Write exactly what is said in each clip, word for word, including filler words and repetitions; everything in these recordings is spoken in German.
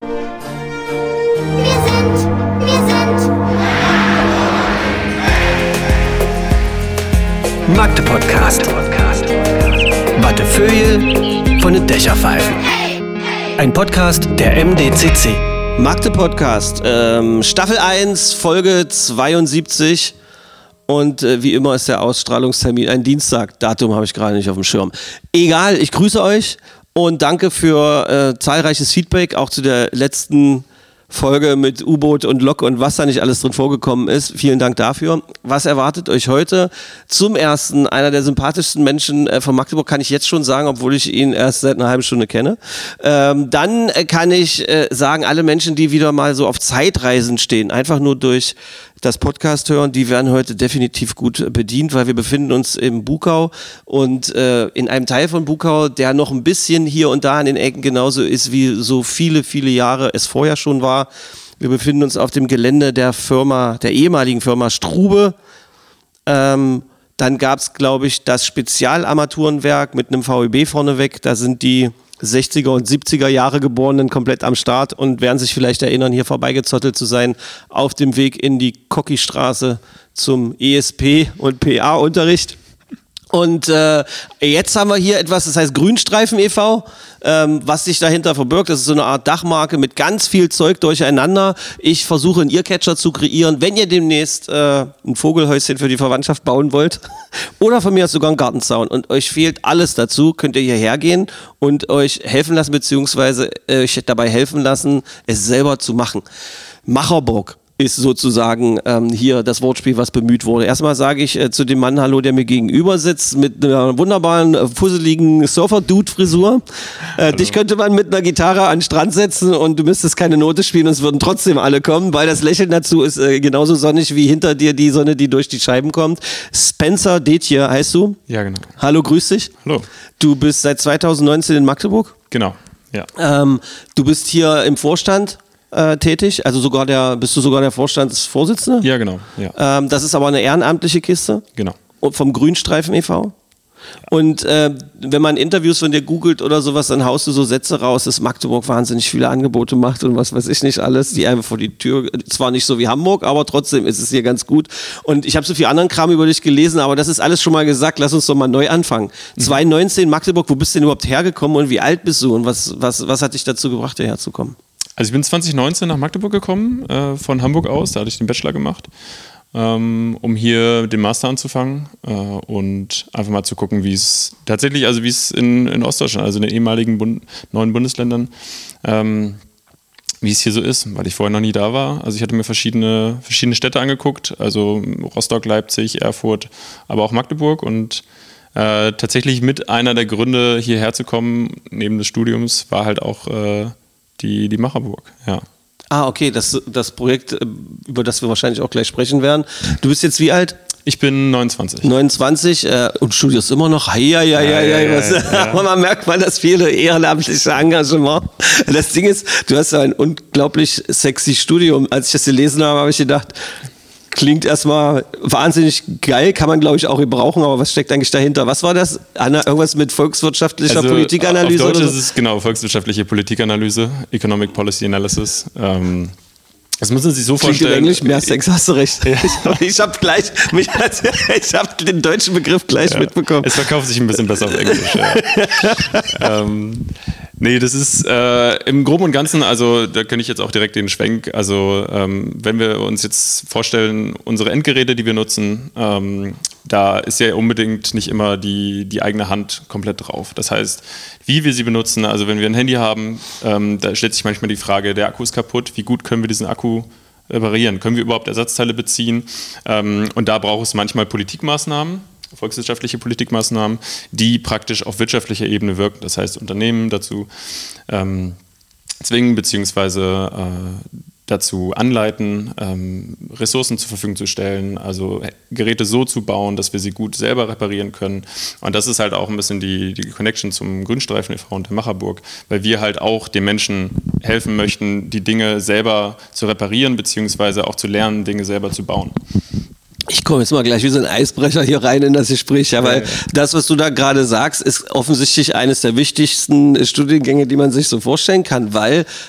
Wir sind, wir sind Magde Podcast. Wattefeuille von den Dächerpfeifen. Ein Podcast der M D C C. Magde Podcast, ähm, Staffel eins, Folge zweiundsiebzig. Und äh, wie immer ist der Ausstrahlungstermin ein Dienstag. Datum habe ich gerade nicht auf dem Schirm. Egal, ich grüße euch und danke für äh, zahlreiches Feedback, auch zu der letzten Folge mit U-Boot und Lok und was da nicht alles drin vorgekommen ist. Vielen Dank dafür. Was erwartet euch heute? Zum ersten, einer der sympathischsten Menschen äh, von Magdeburg, kann ich jetzt schon sagen, obwohl ich ihn erst seit einer halben Stunde kenne. Ähm, dann äh, kann ich äh, sagen, alle Menschen, die wieder mal so auf Zeitreisen stehen, einfach nur durch das Podcast hören, die werden heute definitiv gut bedient, weil wir befinden uns im Bukau und äh, in einem Teil von Bukau, der noch ein bisschen hier und da an den Ecken genauso ist, wie so viele, viele Jahre es vorher schon war. Wir befinden uns auf dem Gelände der Firma, der ehemaligen Firma Strube. Ähm, dann gab es, glaube ich, das Spezialarmaturenwerk mit einem V E B vorneweg. Da sind die sechziger und siebziger Jahre Geborenen komplett am Start und werden sich vielleicht erinnern, hier vorbeigezottelt zu sein auf dem Weg in die Kocki-Straße zum E S P und P A-Unterricht. Und äh, jetzt haben wir hier etwas, das heißt Grünstreifen e V, ähm, was sich dahinter verbirgt. Das ist so eine Art Dachmarke mit ganz viel Zeug durcheinander. Ich versuche einen Earcatcher zu kreieren, wenn ihr demnächst äh, ein Vogelhäuschen für die Verwandtschaft bauen wollt oder von mir aus sogar einen Gartenzaun und euch fehlt alles dazu, könnt ihr hierher gehen und euch helfen lassen, beziehungsweise äh, euch dabei helfen lassen, es selber zu machen. Macherburg ist sozusagen ähm, hier das Wortspiel, was bemüht wurde. Erstmal sage ich äh, zu dem Mann Hallo, der mir gegenüber sitzt, mit einer wunderbaren, äh, fusseligen Surfer-Dude-Frisur. Äh, dich könnte man mit einer Gitarre an den Strand setzen und du müsstest keine Note spielen und es würden trotzdem alle kommen, weil das Lächeln dazu ist äh, genauso sonnig wie hinter dir die Sonne, die durch die Scheiben kommt. Spencer Detje heißt du? Ja, genau. Hallo, grüß dich. Hallo. Du bist seit zweitausendneunzehn in Magdeburg? Genau, ja. Ähm, du bist hier im Vorstand Äh, tätig, also sogar der, bist du sogar der Vorstandsvorsitzende? Ja, genau. Ja. Ähm, das ist aber eine ehrenamtliche Kiste. Genau. Vom Grünstreifen e V. Und äh, wenn man Interviews von dir googelt oder sowas, dann haust du so Sätze raus, dass Magdeburg wahnsinnig viele Angebote macht und was weiß ich nicht alles, die einfach vor die Tür, zwar nicht so wie Hamburg, aber trotzdem ist es hier ganz gut. Und ich habe so viel anderen Kram über dich gelesen, aber das ist alles schon mal gesagt, lass uns doch mal neu anfangen. Mhm. zwanzig neunzehn Magdeburg, wo bist du denn überhaupt hergekommen und wie alt bist du und was, was, was hat dich dazu gebracht, hierher zu kommen? Also ich bin zwanzig neunzehn nach Magdeburg gekommen, äh, von Hamburg aus, da hatte ich den Bachelor gemacht, ähm, um hier den Master anzufangen äh, und einfach mal zu gucken, wie es tatsächlich, also wie es in, in Ostdeutschland, also in den ehemaligen Bund, neuen Bundesländern, ähm, wie es hier so ist, weil ich vorher noch nie da war. Also ich hatte mir verschiedene, verschiedene Städte angeguckt, also Rostock, Leipzig, Erfurt, aber auch Magdeburg und äh, tatsächlich mit einer der Gründe, hierher zu kommen, neben des Studiums, war halt auch äh, Die, die Macherburg, ja. Ah, okay, das, das Projekt, über das wir wahrscheinlich auch gleich sprechen werden. Du bist jetzt wie alt? Ich bin neunundzwanzig. neunundzwanzig äh, und studierst immer noch. Hei, hei, hei, hei, hei, was, ja, ja. Aber man merkt mal das viele ehrenamtliche Engagement. Das Ding ist, du hast ja ein unglaublich sexy Studium. Als ich das gelesen habe, habe ich gedacht, klingt erstmal wahnsinnig geil, kann man glaube ich auch gebrauchen, aber was steckt eigentlich dahinter? Was war das? Anna, irgendwas mit volkswirtschaftlicher also, Politikanalyse? Auf Deutsch oder so? Ist es genau volkswirtschaftliche Politikanalyse, Economic Policy Analysis. Ähm, das müssen Sie sich so Klingt vorstellen. in Englisch mehr Sex, hast du recht. Ja. Ich, ich habe gleich, mich, ich habe den deutschen Begriff gleich ja, mitbekommen. Es verkauft sich ein bisschen besser auf Englisch. Ja. ähm, Nee, das ist äh, im Groben und Ganzen, also da könnte ich jetzt auch direkt den Schwenk, also ähm, wenn wir uns jetzt vorstellen, unsere Endgeräte, die wir nutzen, ähm, da ist ja unbedingt nicht immer die, die eigene Hand komplett drauf. Das heißt, wie wir sie benutzen, also wenn wir ein Handy haben, ähm, da stellt sich manchmal die Frage, der Akku ist kaputt, wie gut können wir diesen Akku reparieren? Können wir überhaupt Ersatzteile beziehen? Ähm, und da braucht es manchmal Politikmaßnahmen, volkswirtschaftliche Politikmaßnahmen, die praktisch auf wirtschaftlicher Ebene wirken. Das heißt, Unternehmen dazu ähm, zwingen bzw. Äh, dazu anleiten, ähm, Ressourcen zur Verfügung zu stellen, also Geräte so zu bauen, dass wir sie gut selber reparieren können. Und das ist halt auch ein bisschen die, die Connection zum Grünstreifen e V und der Macherburg, weil wir halt auch den Menschen helfen möchten, die Dinge selber zu reparieren bzw. auch zu lernen, Dinge selber zu bauen. Ich komme jetzt mal gleich wie so ein Eisbrecher hier rein in das Gespräch, ja, weil ja, ja. das, was du da gerade sagst, ist offensichtlich eines der wichtigsten Studiengänge, die man sich so vorstellen kann, weil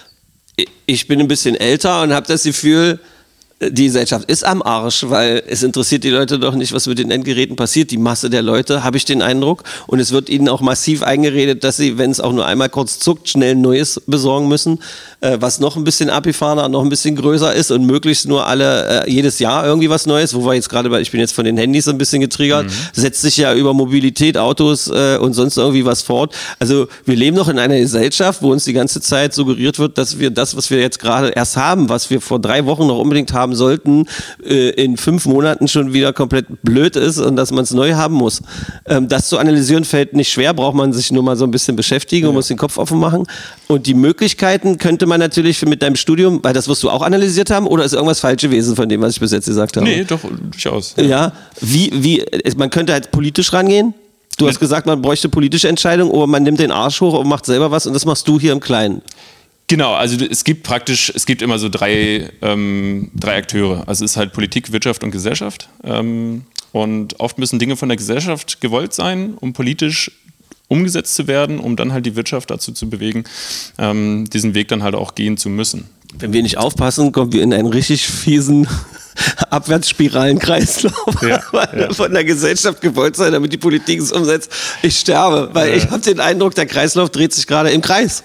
ich bin ein bisschen älter und habe das Gefühl, die Gesellschaft ist am Arsch, weil es interessiert die Leute doch nicht, was mit den Endgeräten passiert. Die Masse der Leute, habe ich den Eindruck. Und es wird ihnen auch massiv eingeredet, dass sie, wenn es auch nur einmal kurz zuckt, schnell ein neues besorgen müssen, äh, was noch ein bisschen abgefahrener, noch ein bisschen größer ist und möglichst nur alle, äh, jedes Jahr irgendwie was Neues. Wo wir jetzt gerade, weil ich bin jetzt von den Handys ein bisschen getriggert, mhm. setzt sich ja über Mobilität, Autos äh, und sonst irgendwie was fort. Also wir leben noch in einer Gesellschaft, wo uns die ganze Zeit suggeriert wird, dass wir das, was wir jetzt gerade erst haben, was wir vor drei Wochen noch unbedingt haben sollten, äh, in fünf Monaten schon wieder komplett blöd ist und dass man es neu haben muss. Ähm, das zu analysieren fällt nicht schwer, braucht man sich nur mal so ein bisschen beschäftigen und ja. muss den Kopf offen machen. Und die Möglichkeiten könnte man natürlich mit deinem Studium, weil das wirst du auch analysiert haben, oder ist irgendwas falsch gewesen von dem, was ich bis jetzt gesagt habe? Nee, doch, durchaus. Ja, ja. Wie, wie, man könnte halt politisch rangehen. Du hast gesagt, man bräuchte politische Entscheidungen, oder man nimmt den Arsch hoch und macht selber was und das machst du hier im Kleinen. Genau, also es gibt praktisch, es gibt immer so drei, ähm, drei Akteure. Also es ist halt Politik, Wirtschaft und Gesellschaft. Ähm, und oft müssen Dinge von der Gesellschaft gewollt sein, um politisch umgesetzt zu werden, um dann halt die Wirtschaft dazu zu bewegen, ähm, diesen Weg dann halt auch gehen zu müssen. Wenn wir nicht aufpassen, kommen wir in einen richtig fiesen Abwärtsspiralenkreislauf, ja, weil ja. von der Gesellschaft gewollt sein, damit die Politik es umsetzt. Ich sterbe, weil ja. ich habe den Eindruck, der Kreislauf dreht sich gerade im Kreis.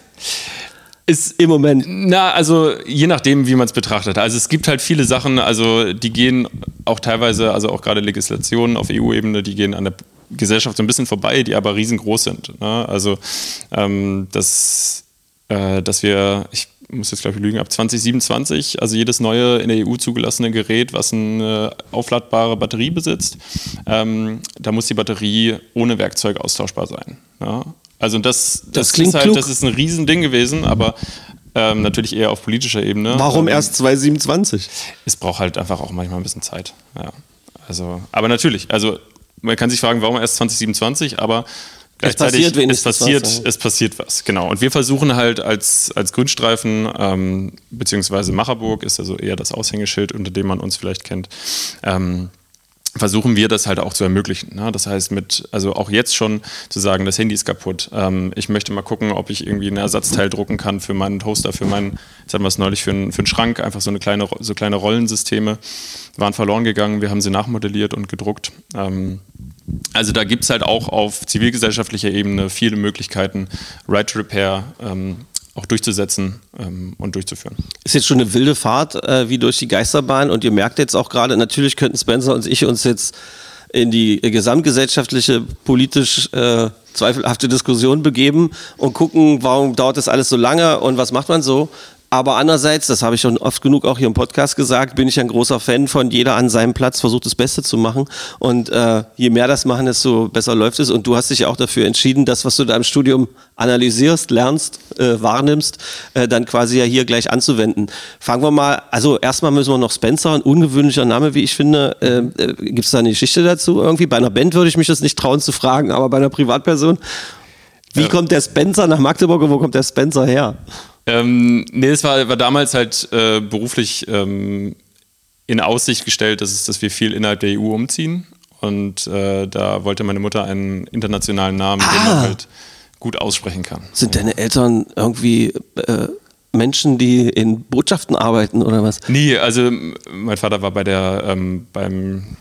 Ist im Moment. Na, also je nachdem, wie man es betrachtet. Also es gibt halt viele Sachen, also die gehen auch teilweise, also auch gerade Legislationen auf E U-Ebene, die gehen an der Gesellschaft so ein bisschen vorbei, die aber riesengroß sind. Ne? Also ähm, dass, äh, dass wir, ich muss jetzt glaube ich lügen, ab zwanzig siebenundzwanzig, also jedes neue in der E U zugelassene Gerät, was eine aufladbare Batterie besitzt, ähm, da muss die Batterie ohne Werkzeug austauschbar sein. Ja? Also das, das, das, ist halt, das ist ein Riesending gewesen, aber ähm, natürlich eher auf politischer Ebene. Warum ähm, erst zwanzig siebenundzwanzig? Es braucht halt einfach auch manchmal ein bisschen Zeit. Ja. Also, aber natürlich, also man kann sich fragen, warum erst zwanzig siebenundzwanzig, aber gleichzeitig es passiert, es passiert, was, ja. es passiert was, genau. Und wir versuchen halt als, als Grünstreifen, ähm, beziehungsweise Macherburg ist also eher das Aushängeschild, unter dem man uns vielleicht kennt, ähm, versuchen wir das halt auch zu ermöglichen. Ne? Das heißt, mit, also auch jetzt schon zu sagen, das Handy ist kaputt. Ähm, ich möchte mal gucken, ob ich irgendwie ein Ersatzteil drucken kann für meinen Toaster, für meinen, jetzt haben wir es neulich für einen, für einen Schrank, einfach so eine kleine, so kleine Rollensysteme waren verloren gegangen. Wir haben sie nachmodelliert und gedruckt. Ähm, also da gibt es halt auch auf zivilgesellschaftlicher Ebene viele Möglichkeiten, Right to Repair ähm, auch durchzusetzen ähm, und durchzuführen. Ist jetzt schon eine wilde Fahrt äh, wie durch die Geisterbahn und ihr merkt jetzt auch gerade, natürlich könnten Spencer und ich uns jetzt in die gesamtgesellschaftliche, politisch äh, zweifelhafte Diskussion begeben und gucken, warum dauert das alles so lange und was macht man so. Aber andererseits, das habe ich schon oft genug auch hier im Podcast gesagt, bin ich ein großer Fan von jeder an seinem Platz versucht das Beste zu machen und äh, je mehr das machen, desto besser läuft es und du hast dich ja auch dafür entschieden, das, was du da im Studium analysierst, lernst, äh, wahrnimmst, äh, dann quasi ja hier gleich anzuwenden. Fangen wir mal, also erstmal müssen wir noch Spencer, ein ungewöhnlicher Name, wie ich finde. Äh, äh, gibt es da eine Geschichte dazu irgendwie? Bei einer Band würde ich mich das nicht trauen zu fragen, aber bei einer Privatperson? Wie ja. kommt der Spencer nach Magdeburg und wo kommt der Spencer her? Ähm, nee, es war, war damals halt äh, beruflich ähm, in Aussicht gestellt, dass, es, dass wir viel innerhalb der E U umziehen. Und äh, da wollte meine Mutter einen internationalen Namen, ah. den man halt gut aussprechen kann. Sind deine Eltern irgendwie äh, Menschen, die in Botschaften arbeiten oder was? Nee, also mein Vater war bei der, ähm, beim...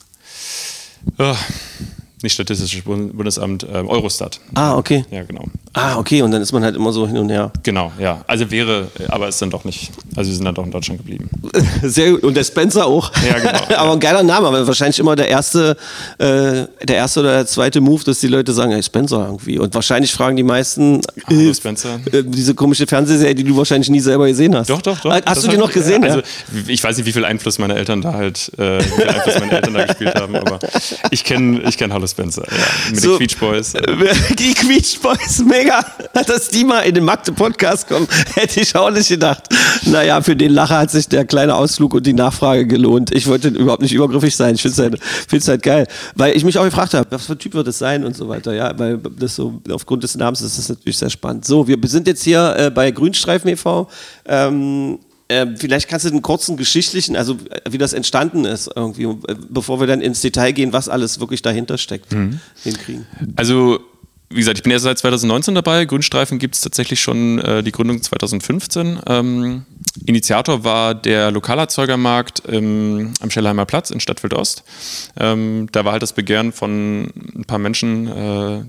Oh, nicht Statistisches Bundesamt, äh, Eurostat. Ah, okay. Ja, genau. Ah, okay, und dann ist man halt immer so hin und her. Genau, ja. Also wäre, aber ist dann doch nicht. Also wir sind dann doch in Deutschland geblieben. Sehr gut. Und der Spencer auch. Ja, genau. Aber ein geiler Name, aber wahrscheinlich immer der erste, äh, der erste oder der zweite Move, dass die Leute sagen, hey, Spencer irgendwie. Und wahrscheinlich fragen die meisten, Hallo, Spencer. Äh, diese komische Fernsehserie, die du wahrscheinlich nie selber gesehen hast. Doch, doch, doch. Hast das du die noch gesehen? Ja, also, ja? Ich weiß nicht, wie viel Einfluss meine Eltern da halt, äh, wie viel Einfluss meine Eltern da gespielt haben, aber ich kenne ich kenn Hallo Spencer. Ja, mit so, den Beach Boys. Die Beach Boys, mega. Dass die mal in den Magde-Podcast kommen, hätte ich auch nicht gedacht. Naja, für den Lacher hat sich der kleine Ausflug und die Nachfrage gelohnt. Ich wollte überhaupt nicht übergriffig sein. Ich finde es halt, halt geil. Weil ich mich auch gefragt habe, was für ein Typ wird es sein und so weiter. Ja, weil das so, aufgrund des Namens ist das natürlich sehr spannend. So, wir sind jetzt hier äh, bei Grünstreifen e V. Ähm, äh, vielleicht kannst du einen kurzen geschichtlichen, also wie das entstanden ist, irgendwie, bevor wir dann ins Detail gehen, was alles wirklich dahinter steckt, mhm. hinkriegen. Also wie gesagt, ich bin erst seit zwanzig neunzehn dabei. Grünstreifen gibt es tatsächlich schon äh, die Gründung zwanzig fünfzehn. Ähm, Initiator war der Lokalerzeugermarkt im, am Schellheimer Platz in Stadtfeld Ost. Ähm, da war halt das Begehren von ein paar Menschen, äh,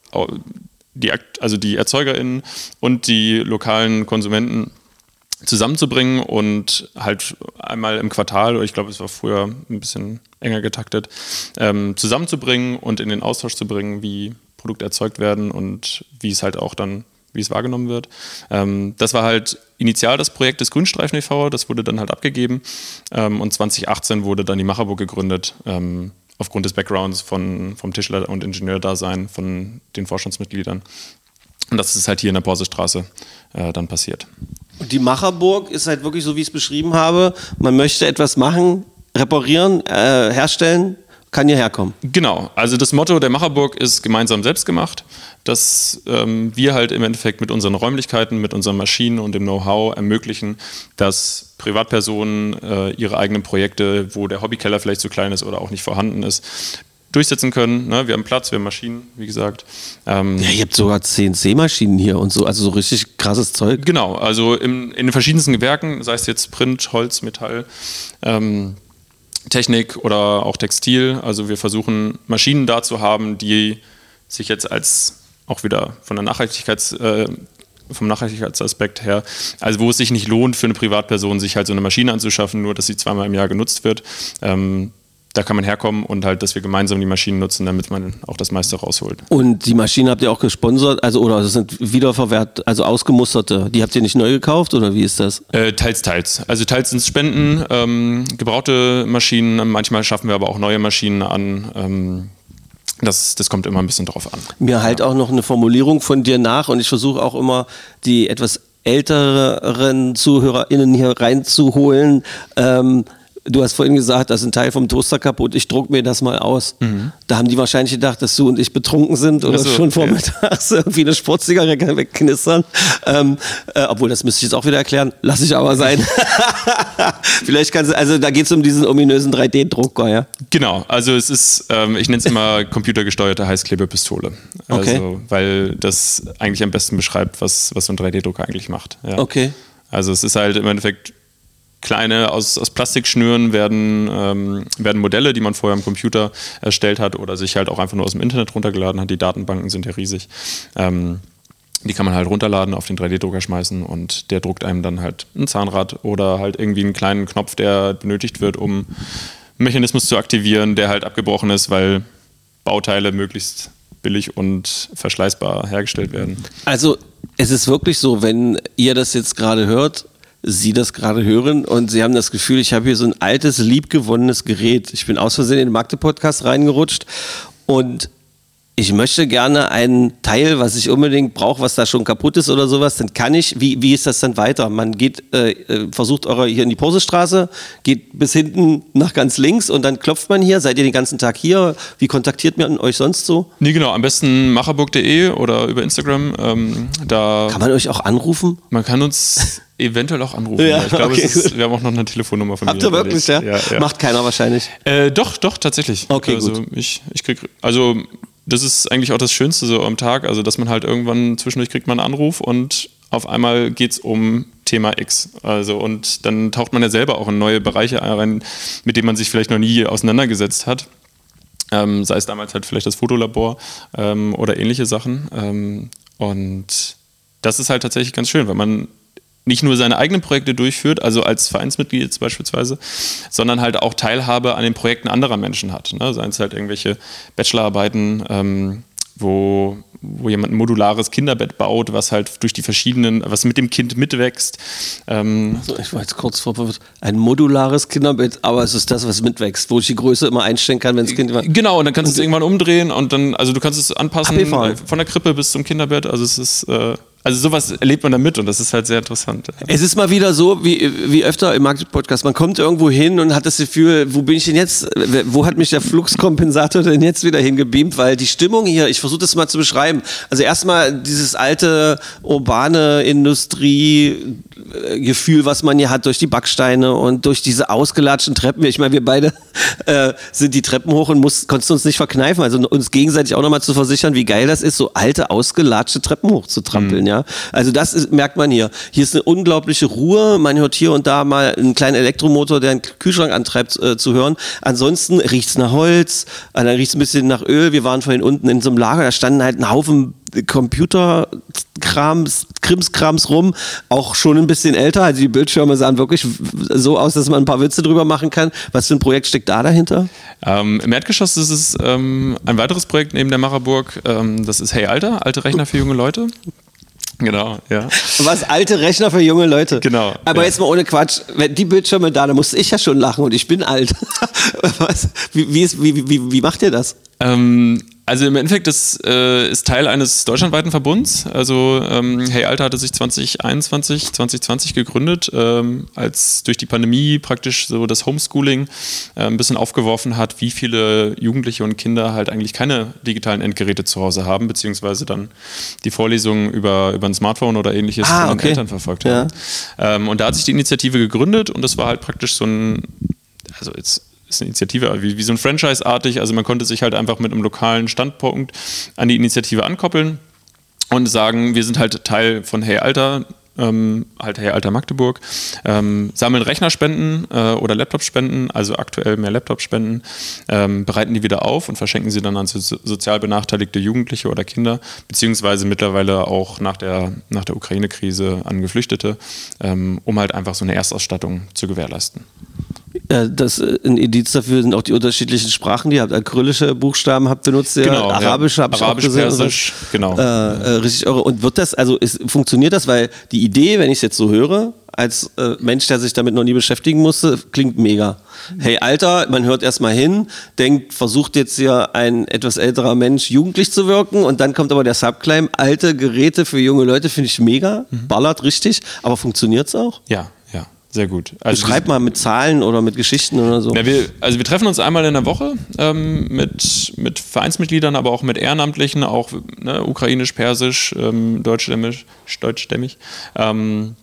die, also die ErzeugerInnen und die lokalen Konsumenten zusammenzubringen und halt einmal im Quartal, oder ich glaube, es war früher ein bisschen enger getaktet, ähm, zusammenzubringen und in den Austausch zu bringen, wie Produkte erzeugt werden und wie es halt auch dann, wie es wahrgenommen wird. Ähm, das war halt initial das Projekt des Grünstreifen e V, das wurde dann halt abgegeben ähm, und zwanzig achtzehn wurde dann die Macherburg gegründet, ähm, aufgrund des Backgrounds von, vom Tischler- und Ingenieurdasein von den Vorstandsmitgliedern. Und das ist halt hier in der Borsestraße äh, dann passiert. Und die Macherburg ist halt wirklich so, wie ich es beschrieben habe. Man möchte etwas machen, reparieren, äh, herstellen, kann hierher kommen. Genau, also das Motto der Macherburg ist gemeinsam selbst gemacht, dass ähm, wir halt im Endeffekt mit unseren Räumlichkeiten, mit unseren Maschinen und dem Know-how ermöglichen, dass Privatpersonen äh, ihre eigenen Projekte, wo der Hobbykeller vielleicht zu klein ist oder auch nicht vorhanden ist, durchsetzen können. Ne? Wir haben Platz, wir haben Maschinen, wie gesagt. Ähm, ja, ihr habt sogar C N C-Maschinen hier und so, also so richtig krasses Zeug. Genau, also im, in den verschiedensten Gewerken, sei es jetzt Print, Holz, Metall, ähm, Technik oder auch Textil. Also wir versuchen Maschinen da zu haben, die sich jetzt als auch wieder von der Nachhaltigkeits, äh, vom Nachhaltigkeitsaspekt her, also wo es sich nicht lohnt für eine Privatperson, sich halt so eine Maschine anzuschaffen, nur dass sie zweimal im Jahr genutzt wird. Ähm, da kann man herkommen und halt, dass wir gemeinsam die Maschinen nutzen, damit man auch das meiste rausholt. Und die Maschinen habt ihr auch gesponsert, also oder das sind wiederverwertet, also ausgemusterte. Die habt ihr nicht neu gekauft oder wie ist das? Äh, teils, teils. Also teils sind es Spenden, ähm, gebrauchte Maschinen, manchmal schaffen wir aber auch neue Maschinen an. Ähm, das, das kommt immer ein bisschen drauf an. Mir halt auch noch eine Formulierung von dir nach und ich versuche auch immer die etwas älteren ZuhörerInnen hier reinzuholen. Ähm, Du hast vorhin gesagt, da ist ein Teil vom Toaster kaputt, ich druck mir das mal aus. Mhm. Da haben die wahrscheinlich gedacht, dass du und ich betrunken sind oder so, schon vormittags ja. irgendwie eine Sportzigarette wegknistern. Ähm, äh, obwohl, das müsste ich jetzt auch wieder erklären, lass ich aber sein. Vielleicht kannst du, also da geht es um diesen ominösen drei D Drucker, ja? Genau, also es ist, ähm, ich nenne es immer computergesteuerte Heißklebepistole. Also, okay. Weil das eigentlich am besten beschreibt, was, was so ein drei D Drucker eigentlich macht. Ja. Okay. Also es ist halt im Endeffekt kleine, aus, aus Plastikschnüren werden, ähm, werden Modelle, die man vorher am Computer erstellt hat oder sich halt auch einfach nur aus dem Internet runtergeladen hat. Die Datenbanken sind ja riesig. Ähm, die kann man halt runterladen, auf den drei D Drucker schmeißen und der druckt einem dann halt ein Zahnrad oder halt irgendwie einen kleinen Knopf, der benötigt wird, um einen Mechanismus zu aktivieren, der halt abgebrochen ist, weil Bauteile möglichst billig und verschleißbar hergestellt werden. Also es ist wirklich so, wenn ihr das jetzt gerade hört, Sie das gerade hören und Sie haben das Gefühl, ich habe hier so ein altes, liebgewonnenes Gerät. Ich bin aus Versehen in den Magde-Podcast reingerutscht und ich möchte gerne ein Teil, was ich unbedingt brauche, was da schon kaputt ist oder sowas, dann kann ich, wie, wie ist das dann weiter? Man geht, äh, versucht eure hier in die Posestraße, geht bis hinten nach ganz links und dann klopft man hier. Seid ihr den ganzen Tag hier? Wie kontaktiert man euch sonst so? Nee, genau, am besten macherburg punkt de oder über Instagram. Ähm, da kann man euch auch anrufen? Man kann uns eventuell auch anrufen. Ja, ich glaube, okay, es ist, wir haben auch noch eine Telefonnummer von Habt mir. Habt ihr wirklich, ja? Ja, ja? Macht keiner wahrscheinlich. Äh, doch, doch, tatsächlich. Okay, also gut. Ich, ich krieg, also das ist eigentlich auch das Schönste so am Tag, also dass man halt irgendwann zwischendurch kriegt man einen Anruf und auf einmal geht es um Thema X. Also und dann taucht man ja selber auch in neue Bereiche rein, mit denen man sich vielleicht noch nie auseinandergesetzt hat. Ähm, sei es damals halt vielleicht das Fotolabor ähm, oder ähnliche Sachen. Ähm, und das ist halt tatsächlich ganz schön, weil man nicht nur seine eigenen Projekte durchführt, also als Vereinsmitglied jetzt beispielsweise, sondern halt auch Teilhabe an den Projekten anderer Menschen hat. Ne? Seien es halt irgendwelche Bachelorarbeiten, ähm, wo, wo jemand ein modulares Kinderbett baut, was halt durch die verschiedenen, was mit dem Kind mitwächst. Ähm also ich war jetzt kurz verwirrt. Ein modulares Kinderbett, aber es ist das, was mitwächst, wo ich die Größe immer einstellen kann, wenn das Kind immer... Genau, und dann kannst du es irgendwann umdrehen und dann, also du kannst es anpassen, Abgefahren. von der Krippe bis zum Kinderbett, also es ist... Äh, Also sowas erlebt man da mit und das ist halt sehr interessant. Es ist mal wieder so, wie, wie öfter im Marketing-Podcast, man kommt irgendwo hin und hat das Gefühl, wo bin ich denn jetzt, wo hat mich der Fluxkompensator denn jetzt wieder hingebeamt, weil die Stimmung hier, ich versuche das mal zu beschreiben, also erstmal dieses alte, urbane Industriegefühl, was man hier hat durch die Backsteine und durch diese ausgelatschten Treppen, ich meine, wir beide äh, sind die Treppen hoch und muss, konnten uns nicht verkneifen, also uns gegenseitig auch nochmal zu versichern, wie geil das ist, so alte, ausgelatschte Treppen hochzutrampeln, mhm. ja. Also das ist, merkt man hier. Hier ist eine unglaubliche Ruhe. Man hört hier und da mal einen kleinen Elektromotor, der einen Kühlschrank antreibt, äh, zu hören. Ansonsten riecht es nach Holz, äh, dann riecht es ein bisschen nach Öl. Wir waren vorhin unten in so einem Lager, da standen halt ein Haufen Computerkrams, Krimskrams rum, auch schon ein bisschen älter. Also die Bildschirme sahen wirklich so aus, dass man ein paar Witze drüber machen kann. Was für ein Projekt steckt da dahinter? Ähm, Im Erdgeschoss ist es ähm, ein weiteres Projekt neben der Macherburg. Ähm, das ist Hey Alter, alte Rechner für junge Leute. Genau, ja. Was, alte Rechner für junge Leute? Genau. Aber ja. jetzt mal ohne Quatsch, wenn die Bildschirme da, da musste ich ja schon lachen und ich bin alt. Was? Wie, wie, ist, wie, wie, wie macht ihr das? Ähm, also im Endeffekt, das äh, ist Teil eines deutschlandweiten Verbunds. Also ähm, Hey Alter hatte sich zwanzig einundzwanzig, zwanzig zwanzig gegründet, ähm, als durch die Pandemie praktisch so das Homeschooling äh, ein bisschen aufgeworfen hat, wie viele Jugendliche und Kinder halt eigentlich keine digitalen Endgeräte zu Hause haben, beziehungsweise dann die Vorlesungen über, über ein Smartphone oder ähnliches ah, von okay. den Eltern verfolgt haben. Ja. Ähm, und da hat sich die Initiative gegründet und das war halt praktisch so ein, also jetzt ist eine Initiative, wie, wie so ein Franchise-artig, also man konnte sich halt einfach mit einem lokalen Standpunkt an die Initiative ankoppeln und sagen, wir sind halt Teil von Hey Alter, ähm, halt Hey Alter Magdeburg, ähm, sammeln Rechnerspenden äh, oder Laptopspenden, also aktuell mehr Laptopspenden, ähm, bereiten die wieder auf und verschenken sie dann an so, sozial benachteiligte Jugendliche oder Kinder, beziehungsweise mittlerweile auch nach der, nach der Ukraine-Krise an Geflüchtete, ähm, um halt einfach so eine Erstausstattung zu gewährleisten. Das, ein Indiz dafür sind auch die unterschiedlichen Sprachen, die ihr habt. Akrylische Buchstaben habt benutzt, ihr genau, Arabisch ja. habt ihr Arabisch, auch gesehen. Persisch, genau. Äh, äh, richtig eure. Und wird das, also ist, funktioniert das, weil die Idee, wenn ich es jetzt so höre, als äh, Mensch, der sich damit noch nie beschäftigen musste, klingt mega. Hey Alter, man hört erstmal hin, denkt, versucht jetzt hier ein etwas älterer Mensch jugendlich zu wirken und dann kommt aber der Subclaim, alte Geräte für junge Leute, finde ich mega, mhm. ballert richtig, aber funktioniert es auch? Ja. Sehr gut. Also Beschreib mal mit Zahlen oder mit Geschichten oder so. Ja, wir, also wir treffen uns einmal in der Woche ähm, mit, mit Vereinsmitgliedern, aber auch mit Ehrenamtlichen, auch ne, ukrainisch, persisch, ähm, deutschstämmig, deutschstämmig ähm,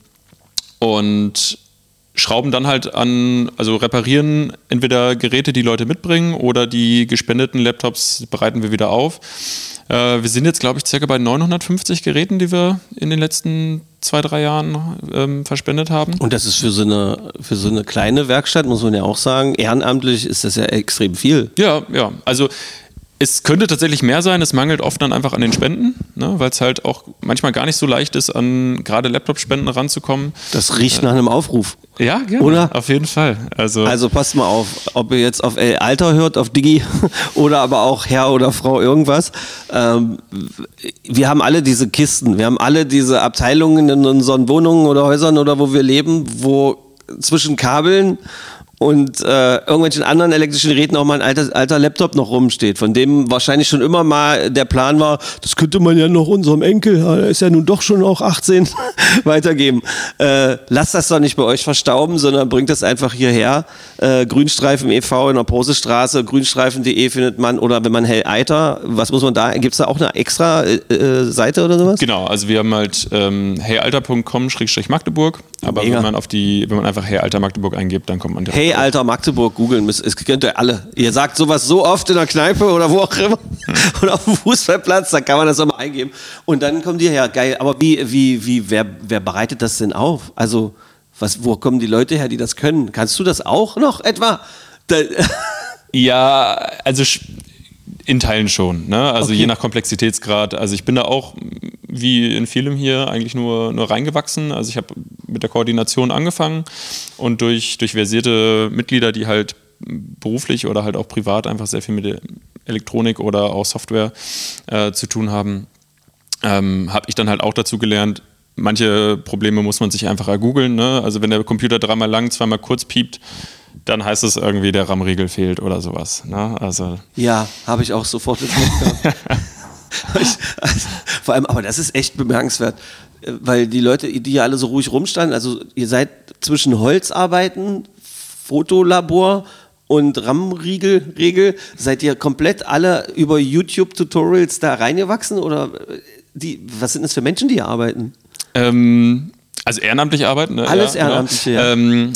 und schrauben dann halt an, also reparieren entweder Geräte, die Leute mitbringen oder die gespendeten Laptops bereiten wir wieder auf. Äh, wir sind jetzt, glaube ich, circa bei neunhundertfünfzig Geräten, die wir in den letzten zwei, drei Jahren ähm, verspendet haben. Und das ist für so eine, für so eine kleine Werkstatt, muss man ja auch sagen, ehrenamtlich ist das ja extrem viel. Ja, ja, also es könnte tatsächlich mehr sein, es mangelt oft dann einfach an den Spenden, ne, weil es halt auch manchmal gar nicht so leicht ist, an gerade Laptop-Spenden ranzukommen. Das riecht äh, nach einem Aufruf. Ja, gerne. Oder? Auf jeden Fall. Also, also passt mal auf, ob ihr jetzt auf Hey Alter hört, auf Digi oder aber auch Herr oder Frau irgendwas. Ähm, wir haben alle diese Kisten, wir haben alle diese Abteilungen in unseren Wohnungen oder Häusern oder wo wir leben, wo zwischen Kabeln und äh, irgendwelchen anderen elektrischen Geräten auch mal ein alter, alter Laptop noch rumsteht, von dem wahrscheinlich schon immer mal der Plan war, das könnte man ja noch unserem Enkel, er ist ja nun doch schon auch achtzehn, weitergeben. Äh, lasst das doch nicht bei euch verstauben, sondern bringt das einfach hierher. Äh, Grünstreifen e V in der Posestraße, grünstreifen punkt de findet man, oder wenn man Hey Alter, was muss man da, gibt es da auch eine extra äh, Seite oder sowas? Genau, also wir haben halt ähm, hey alter punkt com Schrägstrich Magdeburg, aber Mega. wenn man auf die, wenn man einfach Hey Alter Magdeburg eingibt, dann kommt man direkt. Hey Alter Magdeburg googeln, es könnt ihr alle. Ihr sagt sowas so oft in der Kneipe oder wo auch immer oder auf dem Fußballplatz, da kann man das auch mal eingeben und dann kommen die her, geil. Aber wie, wie, wie, wer, wer bereitet das denn auf? Also, was, wo kommen die Leute her, die das können? Kannst du das auch noch etwa? Da ja, also in Teilen schon, ne? Also okay. je nach Komplexitätsgrad. Also ich bin da auch, wie in vielem hier, eigentlich nur, nur reingewachsen. Also ich habe mit der Koordination angefangen und durch, durch versierte Mitglieder, die halt beruflich oder halt auch privat einfach sehr viel mit Elektronik oder auch Software äh, zu tun haben, ähm, habe ich dann halt auch dazu gelernt, manche Probleme muss man sich einfach ergoogeln, ne? Also wenn der Computer dreimal lang, zweimal kurz piept, dann heißt es irgendwie, der RAM-Riegel fehlt oder sowas. Ne? Also ja, habe ich auch sofort mitgehabt. also, vor allem, aber das ist echt bemerkenswert, weil die Leute, die hier alle so ruhig rumstanden, also ihr seid zwischen Holzarbeiten, Fotolabor und Rammriegel, Regel, seid ihr komplett alle über YouTube-Tutorials da reingewachsen oder die, was sind das für Menschen, die hier arbeiten? Ähm, also ehrenamtlich arbeiten. Ne? Alles ja, Ehrenamtliche, genau. ja. Ähm,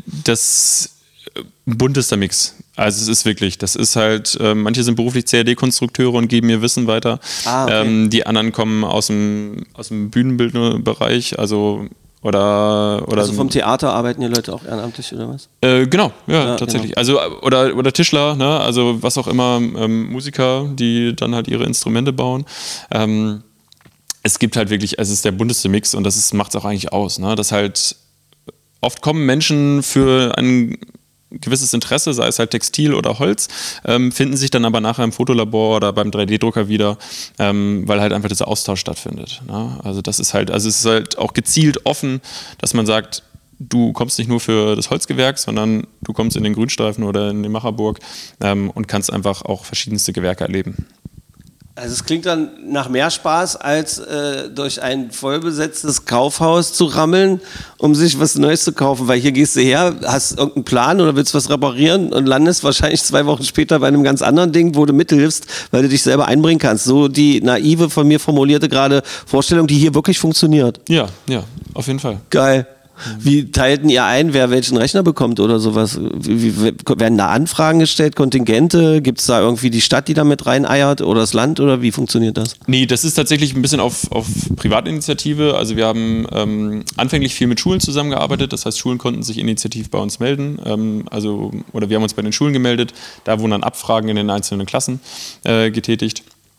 das buntester Mix. Also es ist wirklich, das ist halt, äh, manche sind beruflich C A D-Konstrukteure und geben ihr Wissen weiter. Ah, okay. ähm, die anderen kommen aus dem, aus dem Bühnenbildnerbereich, also oder, oder Also vom Theater arbeiten die Leute auch ehrenamtlich oder was? Äh, genau, ja, Ja, tatsächlich. genau. Also oder, oder Tischler, ne? Also was auch immer, ähm, Musiker, die dann halt ihre Instrumente bauen. Ähm, es gibt halt wirklich, es ist der bunteste Mix und das macht es auch eigentlich aus, ne? Dass halt oft kommen Menschen für ein gewisses Interesse, sei es halt Textil oder Holz, ähm, finden sich dann aber nachher im Fotolabor oder beim drei D Drucker wieder, ähm, weil halt einfach dieser Austausch stattfindet. Ne? Also das ist halt, also es ist halt auch gezielt offen, dass man sagt, du kommst nicht nur für das Holzgewerk, sondern du kommst in den Grünstreifen oder in die Macherburg ähm, und kannst einfach auch verschiedenste Gewerke erleben. Also es klingt dann nach mehr Spaß, als äh, durch ein vollbesetztes Kaufhaus zu rammeln, um sich was Neues zu kaufen. Weil hier gehst du her, hast irgendeinen Plan oder willst was reparieren und landest wahrscheinlich zwei Wochen später bei einem ganz anderen Ding, wo du mithilfst, weil du dich selber einbringen kannst. So die naive, von mir formulierte gerade Vorstellung, die hier wirklich funktioniert. Ja, ja, auf jeden Fall. Geil. Wie teilten ihr ein, wer welchen Rechner bekommt oder sowas? Wie, wie, werden da Anfragen gestellt, Kontingente? Gibt es da irgendwie die Stadt, die da mit reineiert oder das Land oder wie funktioniert das? Nee, das ist tatsächlich ein bisschen auf, auf Privatinitiative. Also wir haben ähm, anfänglich viel mit Schulen zusammengearbeitet. Das heißt, Schulen konnten sich initiativ bei uns melden. Ähm, also, oder wir haben uns bei den Schulen gemeldet. Da wurden dann Abfragen in den einzelnen Klassen äh, getätigt.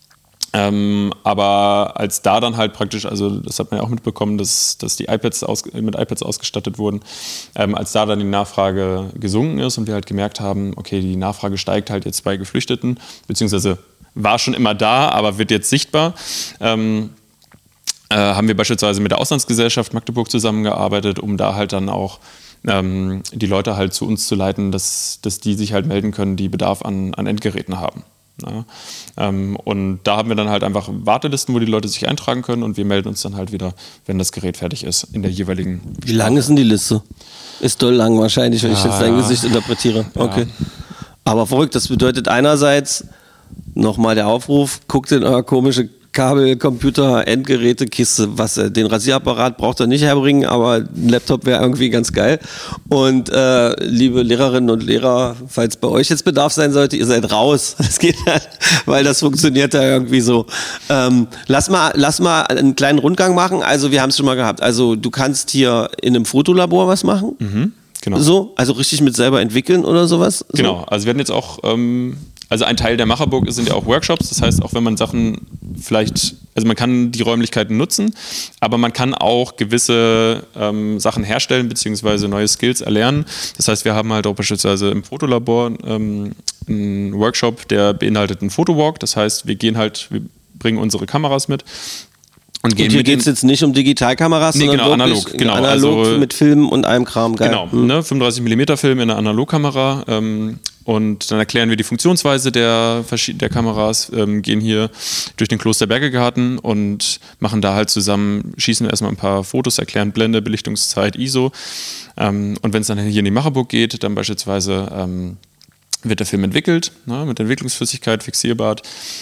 Ähm, aber als da dann halt praktisch, also das hat man ja auch mitbekommen, dass, dass die iPads aus, mit iPads ausgestattet wurden, ähm, als da dann die Nachfrage gesunken ist und wir halt gemerkt haben, okay, die Nachfrage steigt halt jetzt bei Geflüchteten, beziehungsweise war schon immer da, aber wird jetzt sichtbar, ähm, äh, haben wir beispielsweise mit der Auslandsgesellschaft Magdeburg zusammengearbeitet, um da halt dann auch ähm, die Leute halt zu uns zu leiten, dass, dass die sich halt melden können, die Bedarf an, an Endgeräten haben. Ja, ähm, und da haben wir dann halt einfach Wartelisten, wo die Leute sich eintragen können und wir melden uns dann halt wieder, wenn das Gerät fertig ist, in der jeweiligen. Wie lang ist denn die Liste? Ist doll lang wahrscheinlich, wenn ja, ich jetzt dein ja. Gesicht interpretiere. Ja. Okay. Aber verrückt, das bedeutet einerseits nochmal der Aufruf, guckt in eure komische Kabel, Computer, Endgeräte, Kiste, was äh, den Rasierapparat braucht er nicht herbringen, aber ein Laptop wäre irgendwie ganz geil. Und äh, liebe Lehrerinnen und Lehrer, falls bei euch jetzt Bedarf sein sollte, ihr seid raus. Das geht halt, weil das funktioniert ja irgendwie so. Ähm, lass mal, lass mal einen kleinen Rundgang machen. Also wir haben es schon mal gehabt. Also du kannst hier in einem Fotolabor was machen. Mhm, genau. So, also richtig mit selber entwickeln oder sowas. So. Genau. Also wir hatten jetzt auch, ähm, also ein Teil der Macherburg sind ja auch Workshops. Das heißt, auch wenn man Sachen vielleicht, also man kann die Räumlichkeiten nutzen, aber man kann auch gewisse ähm, Sachen herstellen beziehungsweise neue Skills erlernen. Das heißt, wir haben halt auch beispielsweise im Fotolabor ähm, einen Workshop, der beinhaltet einen Fotowalk. Das heißt, wir gehen halt, wir bringen unsere Kameras mit. Und, Und hier geht es jetzt nicht um Digitalkameras, nee, sondern genau, wirklich analog, genau, analog also, mit Filmen und allem Kram. Geil. Genau, Hm. ne, fünfunddreißig Millimeter Film in einer Analogkamera ähm, und dann erklären wir die Funktionsweise der, der Kameras, ähm, gehen hier durch den Klosterbergegarten und machen da halt zusammen, schießen erstmal ein paar Fotos, erklären Blende, Belichtungszeit, I S O ähm, und wenn es dann hier in die Macherburg geht, dann beispielsweise ähm, wird der Film entwickelt, ne, mit Entwicklungsflüssigkeit, fixierbar.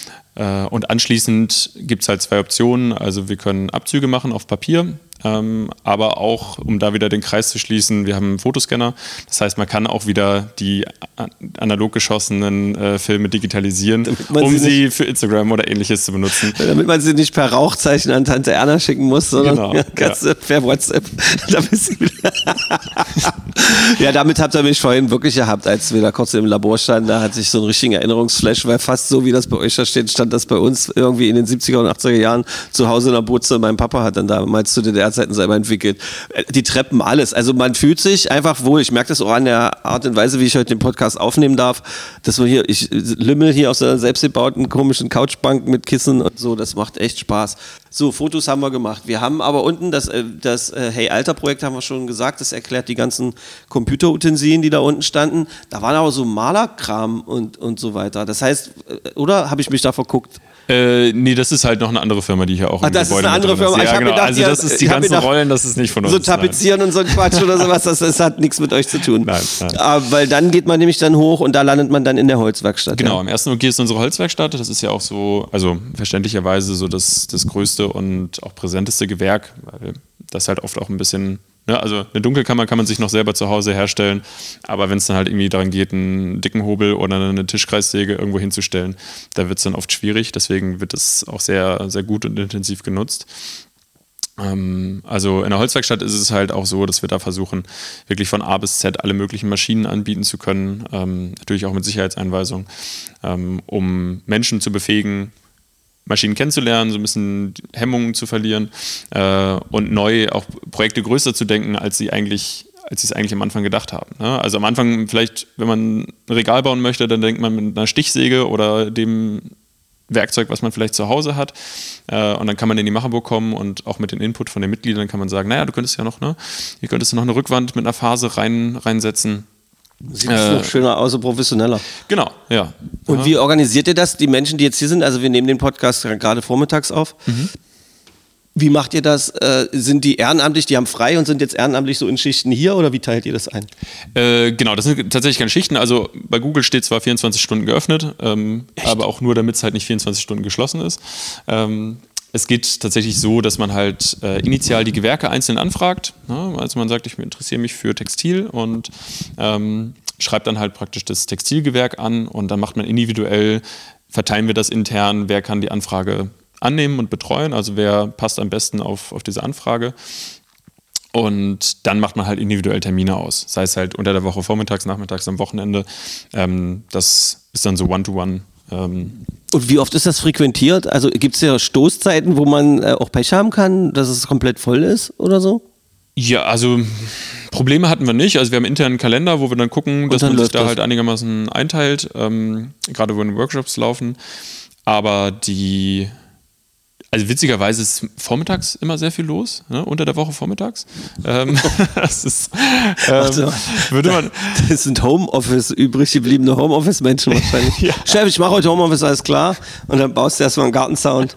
Und anschließend gibt es halt zwei Optionen. Also wir können Abzüge machen auf Papier, ähm, aber auch, um da wieder den Kreis zu schließen, wir haben einen Fotoscanner. Das heißt, man kann auch wieder die analog geschossenen äh, Filme digitalisieren, um sie, sie für Instagram oder ähnliches zu benutzen. Damit man sie nicht per Rauchzeichen an Tante Erna schicken muss, sondern genau, ganz ja. per WhatsApp. Ja, damit habt ihr mich vorhin wirklich gehabt, als wir da kurz im Labor standen. Da hatte ich so einen richtigen Erinnerungsflash, weil fast so, wie das bei euch da steht, stand das bei uns irgendwie in den siebziger und achtziger Jahren zu Hause in der Butze. Mein Papa hat dann damals zu D D R-Zeiten selber entwickelt. Die Treppen, alles. Also man fühlt sich einfach wohl. Ich merke das auch an der Art und Weise, wie ich heute den Podcast aufnehmen darf, dass wir hier, ich lümmel hier auf so einer selbstgebauten komischen Couchbank mit Kissen und so. Das macht echt Spaß. So, Fotos haben wir gemacht. Wir haben aber unten das, das Hey Alter Projekt, haben wir schon gesagt, das erklärt die ganzen Computerutensilien, die da unten standen. Da waren aber so Malerkram und, und so weiter. Das heißt, oder habe ich mich da verguckt? Äh, nee, das ist halt noch eine andere Firma, die hier auch Ach, im das Gebäude ist eine mit andere drin Firma. ist. Ich Ja, hab genau. gedacht, also ihr- das ist die ich hab ganzen gedacht, Rollen, das ist nicht von uns. So nein. tapezieren und so ein Quatsch oder sowas, das, das hat nichts mit euch zu tun. Nein, nein. Aber, weil dann geht man nämlich dann hoch und da landet man dann in der Holzwerkstatt. Genau, Ja. im ersten O G ist unsere Holzwerkstatt. Das ist ja auch so, also verständlicherweise so das, das größte und auch präsenteste Gewerk, weil das halt oft auch ein bisschen, ne, also eine Dunkelkammer kann man sich noch selber zu Hause herstellen, aber wenn es dann halt irgendwie daran geht, einen dicken Hobel oder eine Tischkreissäge irgendwo hinzustellen, da wird es dann oft schwierig. Deswegen wird es auch sehr, sehr gut und intensiv genutzt. Also in der Holzwerkstatt ist es halt auch so, dass wir da versuchen, wirklich von A bis Z alle möglichen Maschinen anbieten zu können, ähm, natürlich auch mit Sicherheitseinweisungen, ähm, um Menschen zu befähigen, Maschinen kennenzulernen, so ein bisschen Hemmungen zu verlieren äh, und neu auch Projekte größer zu denken, als sie eigentlich als sie es eigentlich am Anfang gedacht haben. Ne? Also am Anfang vielleicht, wenn man ein Regal bauen möchte, dann denkt man mit einer Stichsäge oder dem Werkzeug, was man vielleicht zu Hause hat. Äh, und dann kann man in die Macherburg kommen und auch mit dem Input von den Mitgliedern kann man sagen, naja, du könntest ja noch, ne, hier könntest du noch eine Rückwand mit einer Phase rein, reinsetzen. Sieht es noch schöner aus und professioneller. Genau, ja. Und ja. wie organisiert ihr das, die Menschen, die jetzt hier sind? Also wir nehmen den Podcast gerade vormittags auf. Mhm. Wie macht ihr das? Äh, sind die ehrenamtlich, die haben frei und sind jetzt ehrenamtlich so in Schichten hier oder wie teilt ihr das ein? Äh, genau, das sind tatsächlich keine Schichten. Also bei Google steht zwar vierundzwanzig Stunden geöffnet, ähm, aber auch nur, damit es halt nicht vierundzwanzig Stunden geschlossen ist. Ähm, es geht tatsächlich so, dass man halt äh, initial die Gewerke einzeln anfragt. Ne? Also man sagt, ich interessiere mich für Textil und ähm, schreibt dann halt praktisch das Textilgewerk an und dann macht man individuell, verteilen wir das intern, wer kann die Anfrage annehmen und betreuen, also wer passt am besten auf, auf diese Anfrage. Und dann macht man halt individuell Termine aus, sei es halt unter der Woche vormittags, nachmittags, am Wochenende. Ähm, das ist dann so One-to-One. Ähm. Und wie oft ist das frequentiert? Also gibt es ja Stoßzeiten, wo man äh, auch Pech haben kann, dass es komplett voll ist oder so? Ja, also Probleme hatten wir nicht. Also wir haben einen internen Kalender, wo wir dann gucken, dass dann man sich läuft da das. halt einigermaßen einteilt, ähm, gerade wenn Workshops laufen. Aber die... Also witzigerweise ist vormittags immer sehr viel los, ne? Unter der Woche vormittags. Ähm, das ist, ähm, so. würde man, Das sind Homeoffice, übrig gebliebene Homeoffice-Menschen wahrscheinlich. Ja. Chef, ich mache heute Homeoffice, alles klar. Und dann baust du erstmal einen Gartensound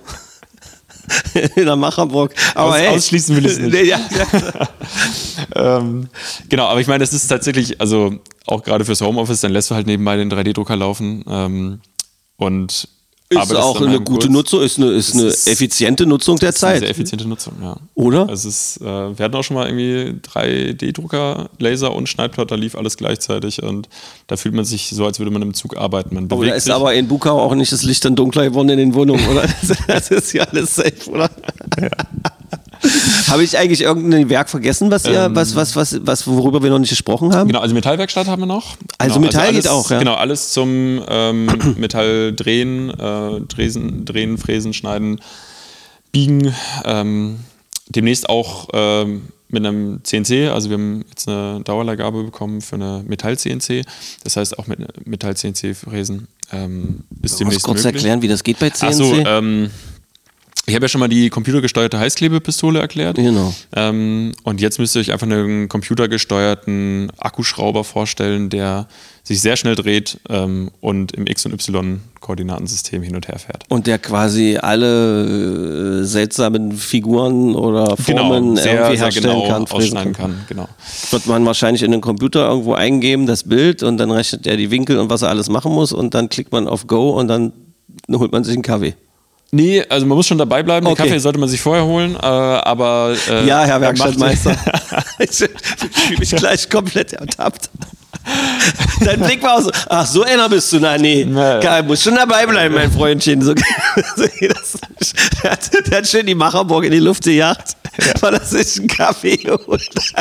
in der Macherburg. Aber Aus, hey. ausschließen will ich es nicht. Nee, ja, ja. ähm, genau, aber ich meine, das ist tatsächlich, also auch gerade fürs Homeoffice, dann lässt du halt nebenbei den drei D-Drucker laufen ähm, und Ist arbeitest auch dann eine halt gute kurz. Nutzung, ist eine, ist Es eine ist- effiziente Nutzung der Das ist eine Zeit. sehr effiziente Nutzung, ja. Oder? Es ist, äh, wir hatten auch schon mal irgendwie drei D-Drucker, Laser und Schneidplotter, lief alles gleichzeitig und da fühlt man sich so, als würde man im Zug arbeiten. Man Aber bewegt da ist sich. aber in Bukau auch nicht das Licht dann dunkler geworden in den Wohnungen, oder? Das ist ja alles safe, oder? Ja. Habe ich eigentlich irgendein Werk vergessen, was ihr, Ähm, was, was, was, was, worüber wir noch nicht gesprochen haben? Genau, also Metallwerkstatt haben wir noch. Also genau, Metall alles, geht auch, ja? Genau, alles zum ähm, Metall drehen, äh, Dresen, drehen, fräsen, schneiden, biegen. Ähm, demnächst auch ähm, mit einem C N C, also wir haben jetzt eine Dauerleihgabe bekommen für eine Metall-C N C. Das heißt auch mit Metall-C N C fräsen ähm, ist Kannst du demnächst kurz möglich. erklären, wie das geht bei C N C? Achso, ähm, ich habe ja schon mal die computergesteuerte Heißklebepistole erklärt. Genau. Ähm, und jetzt müsst ihr euch einfach einen computergesteuerten Akkuschrauber vorstellen, der sich sehr schnell dreht ähm, und im X- und Y-Koordinatensystem hin und her fährt. Und der quasi alle äh, seltsamen Figuren oder Formen Genau, sehr, irgendwie sehr herstellen genau kann, fräsen ausschneiden kann. Genau. Wird man wahrscheinlich in den Computer irgendwo eingeben, das Bild, und dann rechnet er die Winkel und was er alles machen muss und dann klickt man auf Go und dann holt man sich einen Kaffee. Nee, also man muss schon dabei bleiben. Okay. Den Kaffee sollte man sich vorher holen, äh, aber... Äh, Ja, Herr er macht- Werkstattmeister. Ich fühle mich gleich komplett ertappt. Dein Blick war auch so, ach, so einer bist du, na nee, Nee. Karl, muss schon dabei bleiben, mein Freundchen. So, so geht das. Der, hat, der hat schön die Macherburg in die Luft gejagt, weil er sich einen Kaffee geholt hat.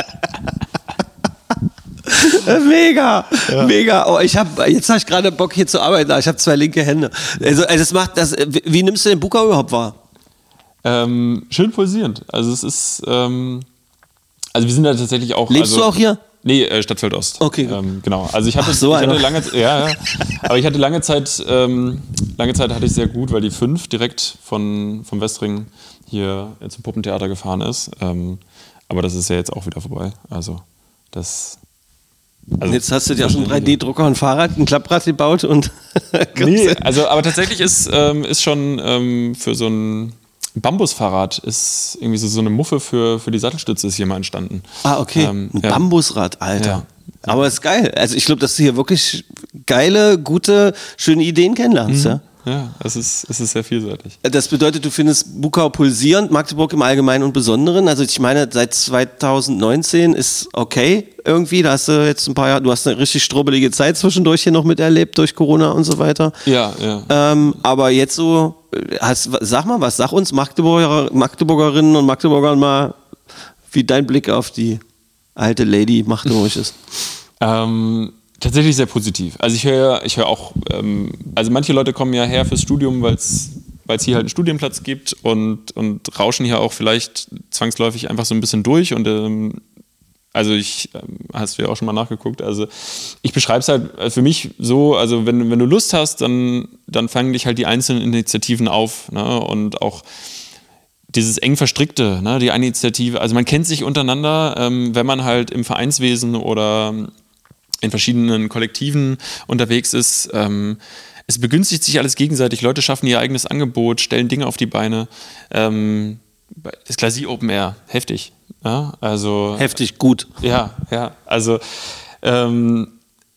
Mega, mega. Oh, ich hab, jetzt habe ich gerade Bock hier zu arbeiten, aber ich habe zwei linke Hände. Also, also das macht das, wie, wie nimmst du den Bukau überhaupt wahr? Ähm, schön pulsierend. Also es ist... Ähm, also wir sind da tatsächlich auch... Lebst also, du auch hier? Nee, äh, Stadtfeld Ost. Okay, gut. Ähm, genau. Also ich hatte, Ach, so ich hatte einer. lange, ja, ja. Aber ich hatte lange Zeit, ähm, lange Zeit hatte ich sehr gut, weil die fünf direkt von vom Westring hier zum Puppentheater gefahren ist. Ähm, aber das ist ja jetzt auch wieder vorbei. Also das Also, Jetzt hast du dir aus einem drei D-Drucker ein Fahrrad, ein Klapprad gebaut und... nee, also aber tatsächlich ist, ähm, ist schon ähm, für so ein Bambusfahrrad ist irgendwie so, so eine Muffe für, für die Sattelstütze ist hier mal entstanden. Ah, okay. Ähm, ein ja. Bambusrad, Alter. Ja. Aber ist geil. Also ich glaube, dass du hier wirklich geile, gute, schöne Ideen kennenlernst, Mhm. ja? Ja, es ist, es ist sehr vielseitig. Das bedeutet, du findest Bukau pulsierend, Magdeburg im Allgemeinen und Besonderen. Also ich meine, seit zweitausendneunzehn ist okay irgendwie. Da hast du jetzt ein paar Jahre, du hast eine richtig strubbelige Zeit zwischendurch hier noch miterlebt durch Corona und so weiter. Ja, ja. Ähm, aber jetzt so, hast, sag mal was, sag uns Magdeburger, Magdeburgerinnen und Magdeburgern mal, wie dein Blick auf die alte Lady Magdeburg ist. Ähm, tatsächlich sehr positiv. Also ich höre ich höre auch, ähm, also manche Leute kommen ja her fürs Studium, weil es hier halt einen Studienplatz gibt und, und rauschen hier auch vielleicht zwangsläufig einfach so ein bisschen durch und ähm, also ich, ähm, hast du ja auch schon mal nachgeguckt, also ich beschreibe es halt für mich so, also wenn, wenn du Lust hast, dann, dann fangen dich halt die einzelnen Initiativen auf, ne? Und auch dieses eng verstrickte, ne? Die eine Initiative, also man kennt sich untereinander, ähm, wenn man halt im Vereinswesen oder in verschiedenen Kollektiven unterwegs ist. Ähm, es begünstigt sich alles gegenseitig. Leute schaffen ihr eigenes Angebot, stellen Dinge auf die Beine. Ähm, das Glacis Open Air, heftig. Ja, also, Heftig gut. Ja, ja. Also ähm,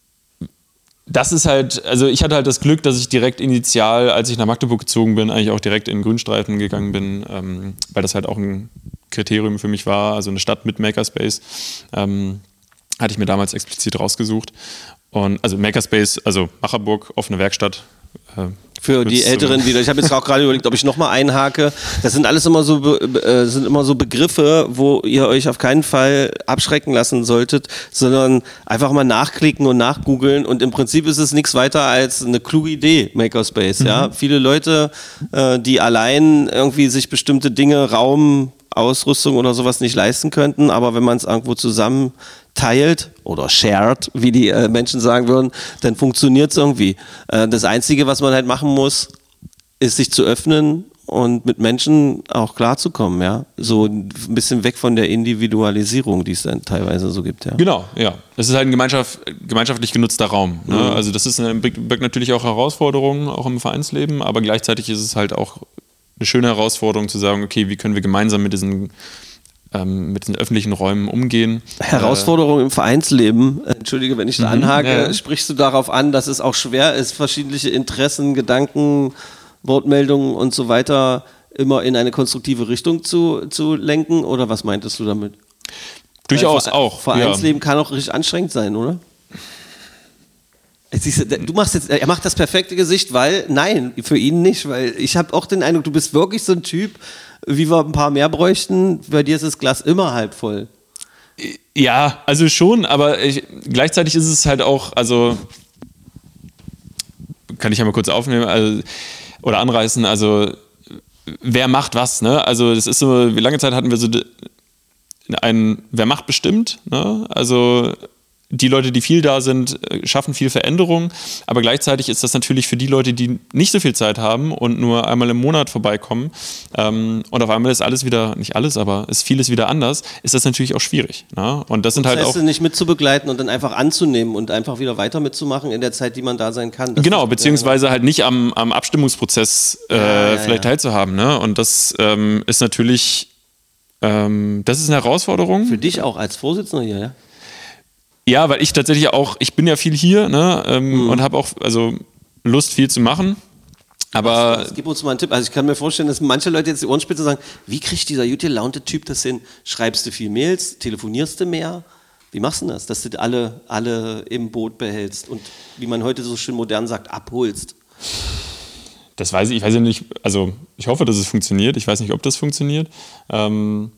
das ist halt, also ich hatte halt das Glück, dass ich direkt initial, als ich nach Magdeburg gezogen bin, eigentlich auch direkt in Grünstreifen gegangen bin, ähm, weil das halt auch ein Kriterium für mich war, also eine Stadt mit Makerspace. Ähm, hatte ich mir damals explizit rausgesucht. Und also Makerspace, also Macherburg, offene Werkstatt. Äh, Für die Älteren wieder. Ich habe jetzt auch gerade überlegt, ob ich nochmal einhake. Das sind alles immer so, Be äh, sind immer so Begriffe, wo ihr euch auf keinen Fall abschrecken lassen solltet, sondern einfach mal nachklicken und nachgoogeln. Und im Prinzip ist es nichts weiter als eine kluge Idee, Makerspace. Mhm. Ja? Viele Leute, äh, die allein irgendwie sich bestimmte Dinge, Raum, Ausrüstung oder sowas nicht leisten könnten, aber wenn man es irgendwo zusammen teilt oder shared, wie die äh, Menschen sagen würden, dann funktioniert es irgendwie. Äh, das Einzige, was man halt machen muss, ist sich zu öffnen und mit Menschen auch klarzukommen, ja. So ein bisschen weg von der Individualisierung, die es dann teilweise so gibt, ja. Genau, ja. Das ist halt ein Gemeinschaft, gemeinschaftlich genutzter Raum. Ne? Mhm. Also das ist eine, birgt natürlich auch Herausforderungen, auch im Vereinsleben, aber gleichzeitig ist es halt auch eine schöne Herausforderung zu sagen, okay, wie können wir gemeinsam mit diesen ähm, mit den öffentlichen Räumen umgehen. Herausforderung äh, im Vereinsleben, entschuldige, wenn ich da mhm, anhake, ja. sprichst du darauf an, dass es auch schwer ist, verschiedene Interessen, Gedanken, Wortmeldungen und so weiter immer in eine konstruktive Richtung zu, zu lenken, oder was meintest du damit? Durchaus Ver auch. Vereinsleben ja. kann auch richtig anstrengend sein, oder? Du machst jetzt, er macht das perfekte Gesicht, weil, nein, für ihn nicht, weil ich habe auch den Eindruck, du bist wirklich so ein Typ, wie wir ein paar mehr bräuchten, bei dir ist das Glas immer halb voll. Ja, also schon, aber ich, gleichzeitig ist es halt auch, also kann ich ja mal kurz aufnehmen, also, oder anreißen, also wer macht was, ne? Also das ist so, wie lange Zeit hatten wir so ein, wer macht bestimmt, ne? Also die Leute, die viel da sind, schaffen viel Veränderung, aber gleichzeitig ist das natürlich für die Leute, die nicht so viel Zeit haben und nur einmal im Monat vorbeikommen ähm, und auf einmal ist alles wieder, nicht alles, aber ist vieles wieder anders, ist das natürlich auch schwierig. Ne? Und das sind das halt heißt, auch... nicht mitzubegleiten und dann einfach anzunehmen und einfach wieder weiter mitzumachen in der Zeit, die man da sein kann. Das genau, ist, beziehungsweise halt nicht am, am Abstimmungsprozess äh, ja, ja, vielleicht ja. teilzuhaben. Ne? Und das ähm, ist natürlich, ähm, das ist eine Herausforderung. Für dich auch als Vorsitzender hier, ja? Ja, weil ich tatsächlich auch, ich bin ja viel hier, ne, ähm, mhm. und habe auch also Lust, viel zu machen. Aber was, was, gib uns mal einen Tipp. Also ich kann mir vorstellen, dass manche Leute jetzt die Ohrenspitze sagen, wie kriegt dieser gut gelaunte Typ das hin? Schreibst du viel Mails? Telefonierst du mehr? Wie machst du das, dass du alle, alle im Boot behältst und, wie man heute so schön modern sagt, abholst? Das weiß ich, ich weiß ja nicht, also ich hoffe, dass es funktioniert. Ich weiß nicht, ob das funktioniert. Ähm,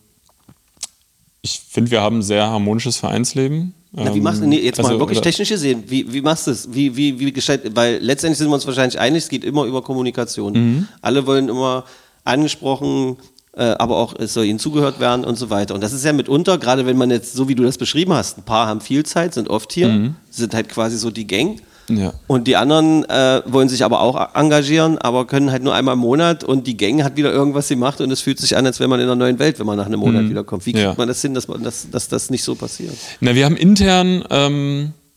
ich finde, wir haben ein sehr harmonisches Vereinsleben. Na, wie machst du, nee, jetzt also, mal wirklich oder, technisch gesehen, wie, wie machst du es? Wie, wie, wie gestaltet, weil letztendlich sind wir uns wahrscheinlich einig, es geht immer über Kommunikation. Mhm. Alle wollen immer angesprochen, äh, aber auch es soll ihnen zugehört werden und so weiter. Und das ist ja mitunter, gerade wenn man jetzt, so wie du das beschrieben hast, ein paar haben viel Zeit, sind oft hier, mhm. sind halt quasi so die Gang. Ja. Und die anderen äh, wollen sich aber auch engagieren, aber können halt nur einmal im Monat und die Gang hat wieder irgendwas gemacht und es fühlt sich an, als wäre man in einer neuen Welt, wenn man nach einem Monat mhm. wiederkommt. Wie kriegt ja. man das hin, dass, man das, dass das nicht so passiert? Na, wir haben intern ähm,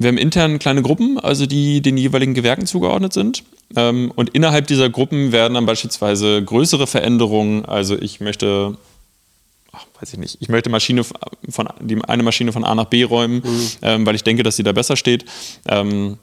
wir haben intern kleine Gruppen, also die den jeweiligen Gewerken zugeordnet sind. Ähm, und innerhalb dieser Gruppen werden dann beispielsweise größere Veränderungen, also ich möchte, ach, weiß ich nicht, ich möchte Maschine von, die, eine Maschine von A nach B räumen, mhm. ähm, weil ich denke, dass sie da besser steht. Ähm,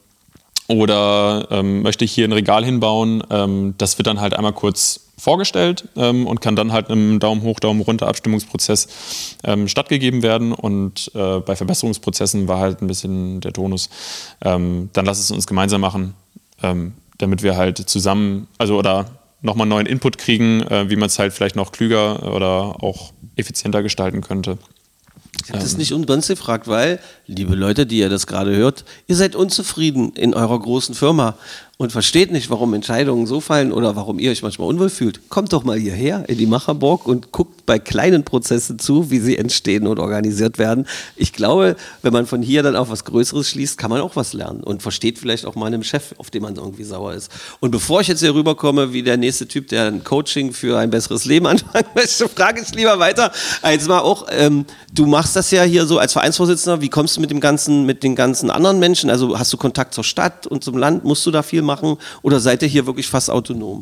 oder ähm, möchte ich hier ein Regal hinbauen. Ähm, das wird dann halt einmal kurz vorgestellt ähm, und kann dann halt im Daumen hoch, Daumen runter Abstimmungsprozess ähm, stattgegeben werden. Und äh, bei Verbesserungsprozessen war halt ein bisschen der Tonus, ähm, dann lass es uns gemeinsam machen, ähm, damit wir halt zusammen, also oder nochmal neuen Input kriegen, äh, wie man es halt vielleicht noch klüger oder auch effizienter gestalten könnte. Ich habe das nicht umsonst gefragt, weil, liebe Leute, die ihr das gerade hört, ihr seid unzufrieden in eurer großen Firma und versteht nicht, warum Entscheidungen so fallen oder warum ihr euch manchmal unwohl fühlt. Kommt doch mal hierher in die Macherburg und guckt bei kleinen Prozessen zu, wie sie entstehen und organisiert werden. Ich glaube, wenn man von hier dann auf was Größeres schließt, kann man auch was lernen und versteht vielleicht auch mal einen Chef, auf den man irgendwie sauer ist. Und bevor ich jetzt hier rüberkomme, wie der nächste Typ, der ein Coaching für ein besseres Leben anfangen möchte, frage ich lieber weiter. Eins mal auch, ähm, du machst das ja hier so als Vereinsvorsitzender, wie kommst du mit dem ganzen, mit den ganzen anderen Menschen? Also hast du Kontakt zur Stadt und zum Land? Musst du da viel machen? Oder seid ihr hier wirklich fast autonom?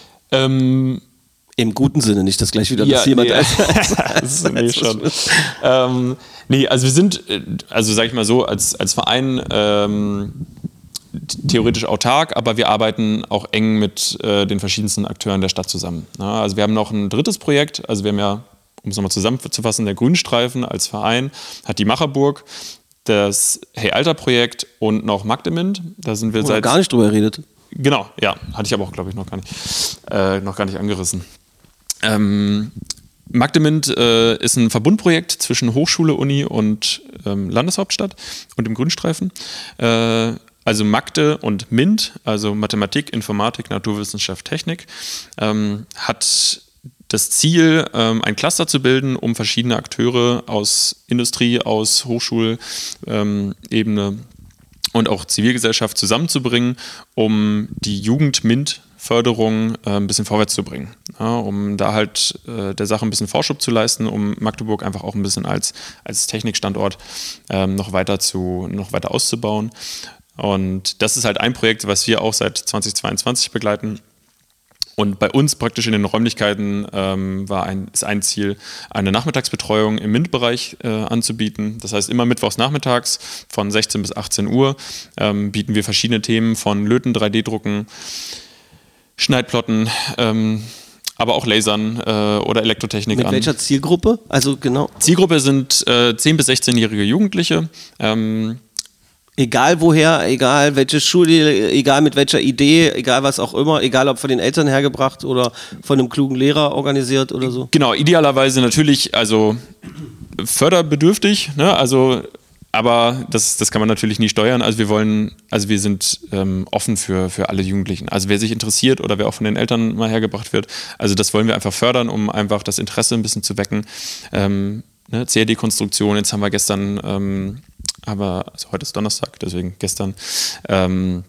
Ähm, Im guten Sinne, nicht, dass gleich wieder ja, das jemand nee, als, als, als, als, nee, schon. ähm, nee, also wir sind, also sag ich mal so, als, als Verein ähm, theoretisch autark, aber wir arbeiten auch eng mit äh, den verschiedensten Akteuren der Stadt zusammen. Ja, also wir haben noch ein drittes Projekt, also wir haben ja, um es nochmal zusammenzufassen, der Grünstreifen als Verein hat die Macherburg, das Hey Alter Projekt und noch Magdemint. Da sind wir Wo seit gar nicht drüber redet. Genau, ja, hatte ich aber auch, glaube ich, noch gar nicht, äh, noch gar nicht angerissen. Ähm, Magdemint äh, ist ein Verbundprojekt zwischen Hochschule, Uni und ähm, Landeshauptstadt und dem Grünstreifen. Äh, also Magde und MINT, also Mathematik, Informatik, Naturwissenschaft, Technik, ähm, hat das Ziel, ähm, ein Cluster zu bilden, um verschiedene Akteure aus Industrie, aus Hochschulebene ähm, und auch Zivilgesellschaft zusammenzubringen, um die Jugend-MINT-Förderung äh, ein bisschen vorwärts zu bringen. Ja, um da halt äh, der Sache ein bisschen Vorschub zu leisten, um Magdeburg einfach auch ein bisschen als, als Technikstandort ähm, noch weiter zu, noch weiter auszubauen. Und das ist halt ein Projekt, was wir auch seit zweitausendzweiundzwanzig begleiten. Und bei uns praktisch in den Räumlichkeiten ähm, war ein, ist ein Ziel, eine Nachmittagsbetreuung im MINT-Bereich äh, anzubieten. Das heißt, immer mittwochs nachmittags von sechzehn bis achtzehn Uhr ähm, bieten wir verschiedene Themen von Löten, drei D Drucken, Schneidplotten, ähm, aber auch Lasern äh, oder Elektrotechnik Mit an. Mit welcher Zielgruppe? Also genau. Zielgruppe sind äh, zehn- bis sechzehnjährige Jugendliche. Ähm, Egal woher, egal welche Schule, egal mit welcher Idee, egal was auch immer, egal ob von den Eltern hergebracht oder von einem klugen Lehrer organisiert oder so. Genau, idealerweise natürlich, also förderbedürftig, ne? Also, aber das, das kann man natürlich nie steuern. Also wir wollen, also wir sind ähm, offen für, für alle Jugendlichen. Also wer sich interessiert oder wer auch von den Eltern mal hergebracht wird, also das wollen wir einfach fördern, um einfach das Interesse ein bisschen zu wecken. Ähm, ne? C A D-Konstruktion, jetzt haben wir gestern ähm, aber, also heute ist Donnerstag, deswegen gestern, ähm,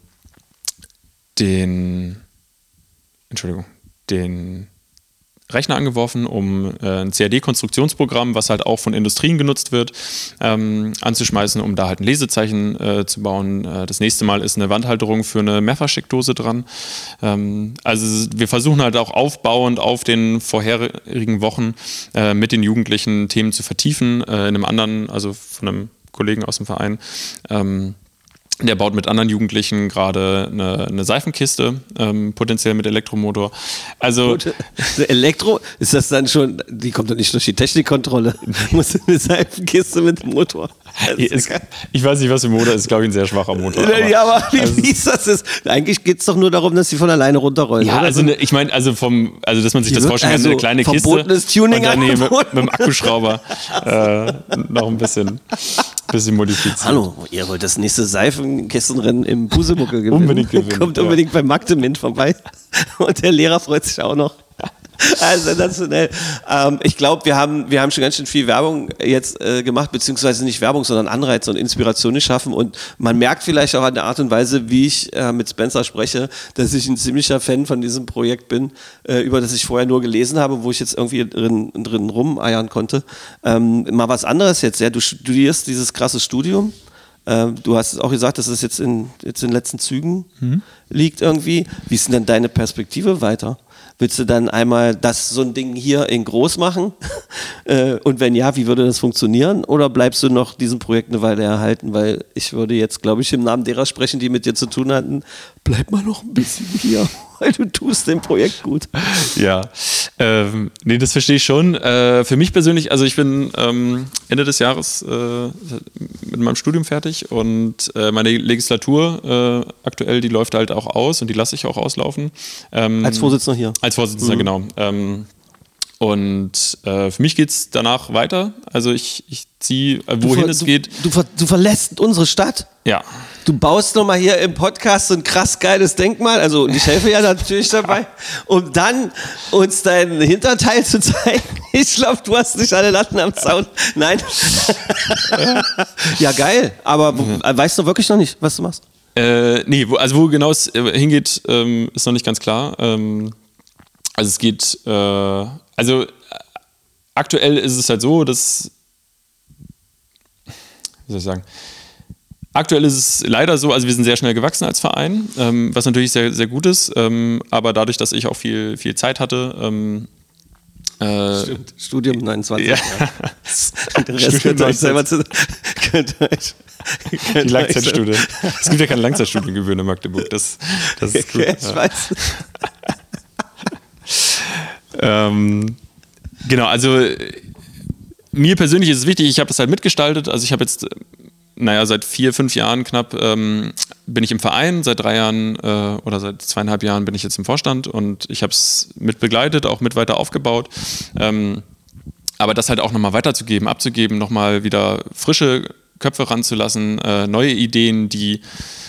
den, Entschuldigung, den Rechner angeworfen, um äh, ein C A D-Konstruktionsprogramm, was halt auch von Industrien genutzt wird, ähm, anzuschmeißen, um da halt ein Lesezeichen äh, zu bauen. Äh, das nächste Mal ist eine Wandhalterung für eine Mehrfachsteckdose dran. Ähm, also wir versuchen halt auch aufbauend auf den vorherigen Wochen äh, mit den Jugendlichen Themen zu vertiefen, äh, in einem anderen, also von einem Kollegen aus dem Verein, ähm, der baut mit anderen Jugendlichen gerade eine, eine Seifenkiste, ähm, potenziell mit Elektromotor. Also Elektro, ist das dann schon, die kommt doch nicht durch die Technikkontrolle, muss eine Seifenkiste mit Motor. Ist, ich weiß nicht, was für ein Motor ist, glaube ich, ein sehr schwacher Motor. Aber, ja, aber wie also, ist das? Ist, eigentlich geht es doch nur darum, dass sie von alleine runterrollen. Ja, oder? also ne, ich meine, also vom, also dass man sich Die das wird vorstellen kann, also eine kleine Kiste Tuning und dann mit, mit dem Akkuschrauber äh, noch ein bisschen, bisschen modifiziert. Hallo, ihr wollt das nächste Seifenkistenrennen im Pusemuckel gewinnen. Unbedingt gewinnen. Kommt ja. unbedingt bei Magdemint vorbei. Und der Lehrer freut sich auch noch. Also sensationell. Ähm, ich glaube, wir haben, wir haben schon ganz schön viel Werbung jetzt äh, gemacht, beziehungsweise nicht Werbung, sondern Anreize und Inspiration geschaffen. Und man merkt vielleicht auch an der Art und Weise, wie ich äh, mit Spencer spreche, dass ich ein ziemlicher Fan von diesem Projekt bin, äh, über das ich vorher nur gelesen habe, wo ich jetzt irgendwie drin, drin rumeiern konnte. Ähm, mal was anderes jetzt. Ja? Du studierst dieses krasse Studium. Ähm, du hast es auch gesagt, dass es jetzt in, jetzt in den letzten Zügen mhm. liegt irgendwie. Wie ist denn dann deine Perspektive weiter? Willst du dann einmal das so ein Ding hier in groß machen? äh, und wenn ja, wie würde das funktionieren? Oder bleibst du noch diesem Projekt eine Weile erhalten? Weil ich würde jetzt, glaube ich, im Namen derer sprechen, die mit dir zu tun hatten. Bleib mal noch ein bisschen hier, weil du tust dem Projekt gut. Ja, ähm, nee, das verstehe ich schon. Äh, für mich persönlich, also ich bin ähm, Ende des Jahres äh, mit meinem Studium fertig und äh, meine Legislatur äh, aktuell, die läuft halt auch aus und die lasse ich auch auslaufen. Ähm, Als Vorsitzender hier? Als Vorsitzender, mhm. genau. Ähm, und äh, für mich geht es danach weiter. Also ich, ich ziehe, äh, wohin ver, es du, geht. Du, ver, du verlässt unsere Stadt? Ja. Du baust nochmal hier im Podcast so ein krass geiles Denkmal, also und ich helfe ja natürlich dabei, um dann uns deinen Hinterteil zu zeigen. Ich glaube, du hast nicht alle Latten am Zaun. Nein. Ja, geil. Aber mhm. weißt du wirklich noch nicht, was du machst? Äh, nee, wo, also wo genau es äh, hingeht, ähm, ist noch nicht ganz klar. Ähm, also es geht, äh, also äh, aktuell ist es halt so, dass, wie soll ich sagen, aktuell ist es leider so, also wir sind sehr schnell gewachsen als Verein, ähm, was natürlich sehr, sehr gut ist, ähm, aber dadurch, dass ich auch viel, viel Zeit hatte, ähm, äh, Stimmt, Studium neunundzwanzig. Ja. Und den Rest könnt ihr euch selber zu, könnt ihr euch, könnt die Langzeitstudie. Es gibt ja keine Langzeitstudiengebühren in Magdeburg, das, das ist gut. Okay, ich ja. weiß. ähm, genau, also mir persönlich ist es wichtig, ich habe das halt mitgestaltet, also ich habe jetzt naja, seit vier, fünf Jahren knapp ähm, bin ich im Verein, seit drei Jahren äh, oder seit zweieinhalb Jahren bin ich jetzt im Vorstand und ich habe es mit begleitet, auch mit weiter aufgebaut. Ähm, aber das halt auch nochmal weiterzugeben, abzugeben, nochmal wieder frische Köpfe ranzulassen, äh, neue Ideen, die,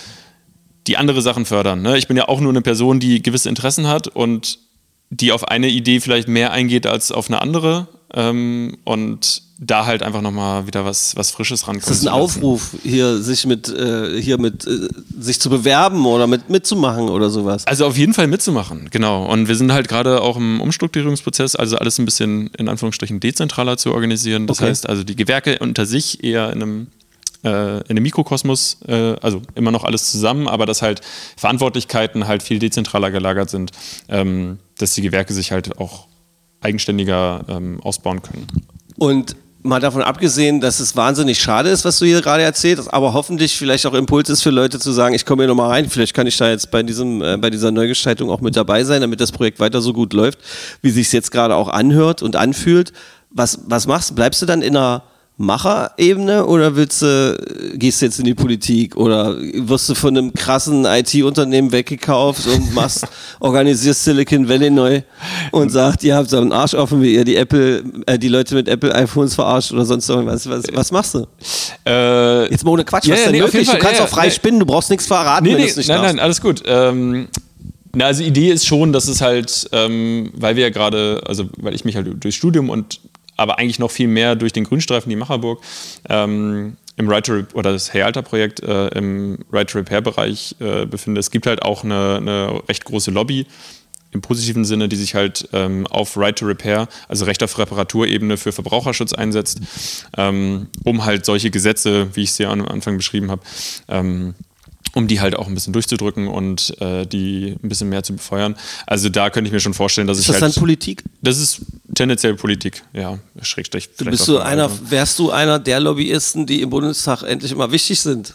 die andere Sachen fördern. Ne? Ich bin ja auch nur eine Person, die gewisse Interessen hat und die auf eine Idee vielleicht mehr eingeht als auf eine andere. Ähm, und da halt einfach nochmal wieder was, was Frisches rankommt. Ist das ein Aufruf, hier sich mit, äh, hier mit äh, sich zu bewerben oder mit mitzumachen oder sowas? Also auf jeden Fall mitzumachen, genau. Und wir sind halt gerade auch im Umstrukturierungsprozess, also alles ein bisschen in Anführungsstrichen dezentraler zu organisieren. Das okay. heißt also die Gewerke unter sich eher in einem äh, in einem Mikrokosmos, äh, also immer noch alles zusammen, aber dass halt Verantwortlichkeiten halt viel dezentraler gelagert sind, ähm, dass die Gewerke sich halt auch eigenständiger ähm, ausbauen können. Und mal davon abgesehen, dass es wahnsinnig schade ist, was du hier gerade erzählst, aber hoffentlich vielleicht auch Impuls ist für Leute zu sagen, ich komme hier nochmal rein, vielleicht kann ich da jetzt bei diesem, äh, bei dieser Neugestaltung auch mit dabei sein, damit das Projekt weiter so gut läuft, wie sich es jetzt gerade auch anhört und anfühlt. Was, was machst du? Bleibst du dann in einer Macherebene oder willst du, gehst du jetzt in die Politik oder wirst du von einem krassen I T-Unternehmen weggekauft und machst, organisierst Silicon Valley neu und sagt, ihr habt so einen Arsch offen, wie ihr die Apple, äh, die Leute mit Apple iPhones verarscht oder sonst irgendwas. Was, was machst du? Äh, jetzt mal ohne Quatsch, ja, was ist ja, denn nee, möglich? Fall, Du kannst ja, auch frei nee. spinnen, du brauchst nichts verraten, nee, wenn nee, du es nicht nein, darfst. nein, alles gut. Ähm, na, also die Idee ist schon, dass es halt, ähm, weil wir ja gerade, also weil ich mich halt durch Studium und aber eigentlich noch viel mehr durch den Grünstreifen, die Macherburg, ähm, im Right to Repair, oder das Hey Alter Projekt äh, im Right to Repair Bereich äh, befinde. Es gibt halt auch eine, eine recht große Lobby im positiven Sinne, die sich halt ähm, auf Right to Repair, also Recht auf Reparaturebene für Verbraucherschutz einsetzt, ähm, um halt solche Gesetze, wie ich sie am Anfang beschrieben habe, ähm, um die halt auch ein bisschen durchzudrücken und äh, die ein bisschen mehr zu befeuern. Also da könnte ich mir schon vorstellen, dass ist ich das halt... dann Politik? Das ist tendenziell Politik, ja. Schrägstrich. Du bist so einer, wärst du einer der Lobbyisten, die im Bundestag endlich immer wichtig sind?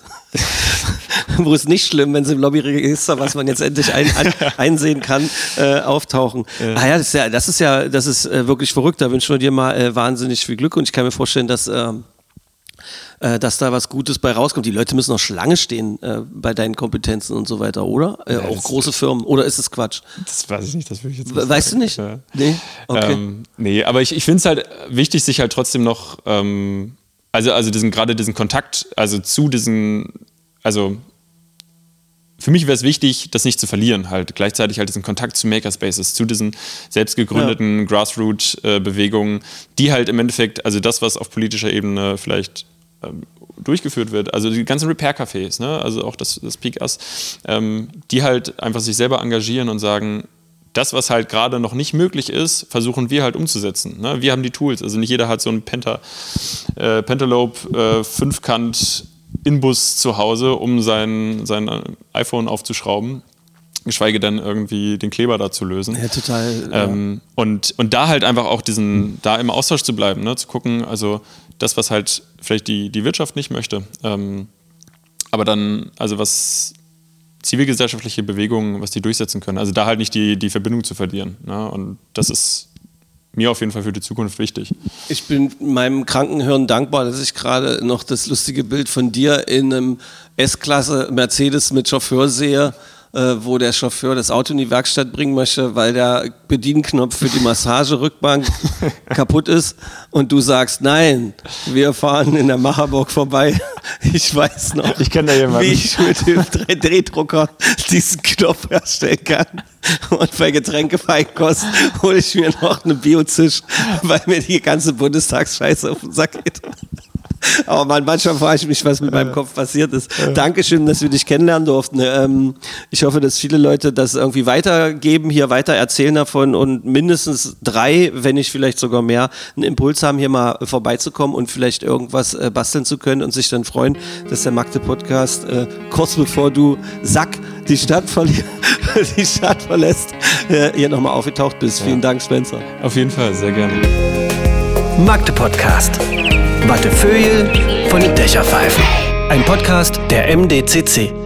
Wo es nicht schlimm, wenn sie im Lobbyregister, was man jetzt endlich ein, ein, einsehen kann, äh, auftauchen. Ja. Ah ja, das ist ja, das ist ja, das ist äh, wirklich verrückt. Da wünschen wir dir mal äh, wahnsinnig viel Glück und ich kann mir vorstellen, dass ähm, dass da was Gutes bei rauskommt. Die Leute müssen noch Schlange stehen äh, bei deinen Kompetenzen und so weiter, oder? Äh, ja, auch große Firmen. Oder ist es Quatsch? Das weiß ich nicht, das will ich jetzt nicht Weißt sagen. Du nicht? Ja. Nee? Okay. Ähm, nee, aber ich, ich finde es halt wichtig, sich halt trotzdem noch, ähm, also, also diesen, gerade diesen Kontakt, also zu diesen, also für mich wäre es wichtig, das nicht zu verlieren, halt gleichzeitig halt diesen Kontakt zu Makerspaces, zu diesen selbst gegründeten ja. Grassroot-Bewegungen, die halt im Endeffekt, also das, was auf politischer Ebene vielleicht durchgeführt wird, also die ganzen Repair-Cafés, ne? Also auch das, das Peak Us, ähm, die halt einfach sich selber engagieren und sagen, das, was halt gerade noch nicht möglich ist, versuchen wir halt umzusetzen. Ne? Wir haben die Tools, also nicht jeder hat so einen Penta, äh, Pentalope äh, Fünfkant Inbus zu Hause, um sein, sein iPhone aufzuschrauben. Geschweige denn irgendwie den Kleber da zu lösen. Ja, total. Ähm, ja. Und, und da halt einfach auch diesen, da im Austausch zu bleiben, ne? Zu gucken, also das, was halt vielleicht die, die Wirtschaft nicht möchte. Ähm, aber dann, also was zivilgesellschaftliche Bewegungen, was die durchsetzen können. Also da halt nicht die, die Verbindung zu verlieren. Ne? Und das ist mir auf jeden Fall für die Zukunft wichtig. Ich bin meinem kranken Hirn dankbar, dass ich gerade noch das lustige Bild von dir in einem S-Klasse Mercedes mit Chauffeur sehe, wo der Chauffeur das Auto in die Werkstatt bringen möchte, weil der Bedienknopf für die Massagerückbank kaputt ist und du sagst, nein, wir fahren in der Macherburg vorbei. Ich weiß noch, ich kenn da jemanden. wie ich mit dem drei D Drucker diesen Knopf herstellen kann. Und bei Getränkefeinkost hole ich mir noch eine Biozisch, weil mir die ganze Bundestagsscheiße auf den Sack geht. Aber man, manchmal frage ich mich, was mit meinem Kopf passiert ist. Dankeschön, dass wir dich kennenlernen durften. Ähm, ich hoffe, dass viele Leute das irgendwie weitergeben, hier weiter erzählen davon und mindestens drei, wenn nicht vielleicht sogar mehr, einen Impuls haben, hier mal vorbeizukommen und vielleicht irgendwas äh, basteln zu können und sich dann freuen, dass der Magde-Podcast äh, kurz bevor du Sack die Stadt, verli- die Stadt verlässt, äh, hier nochmal aufgetaucht bist. Ja. Vielen Dank, Spencer. Auf jeden Fall, sehr gerne. Magde-Podcast. Wattefeuille von den Dächerpfeifen. Ein Podcast der M D C C.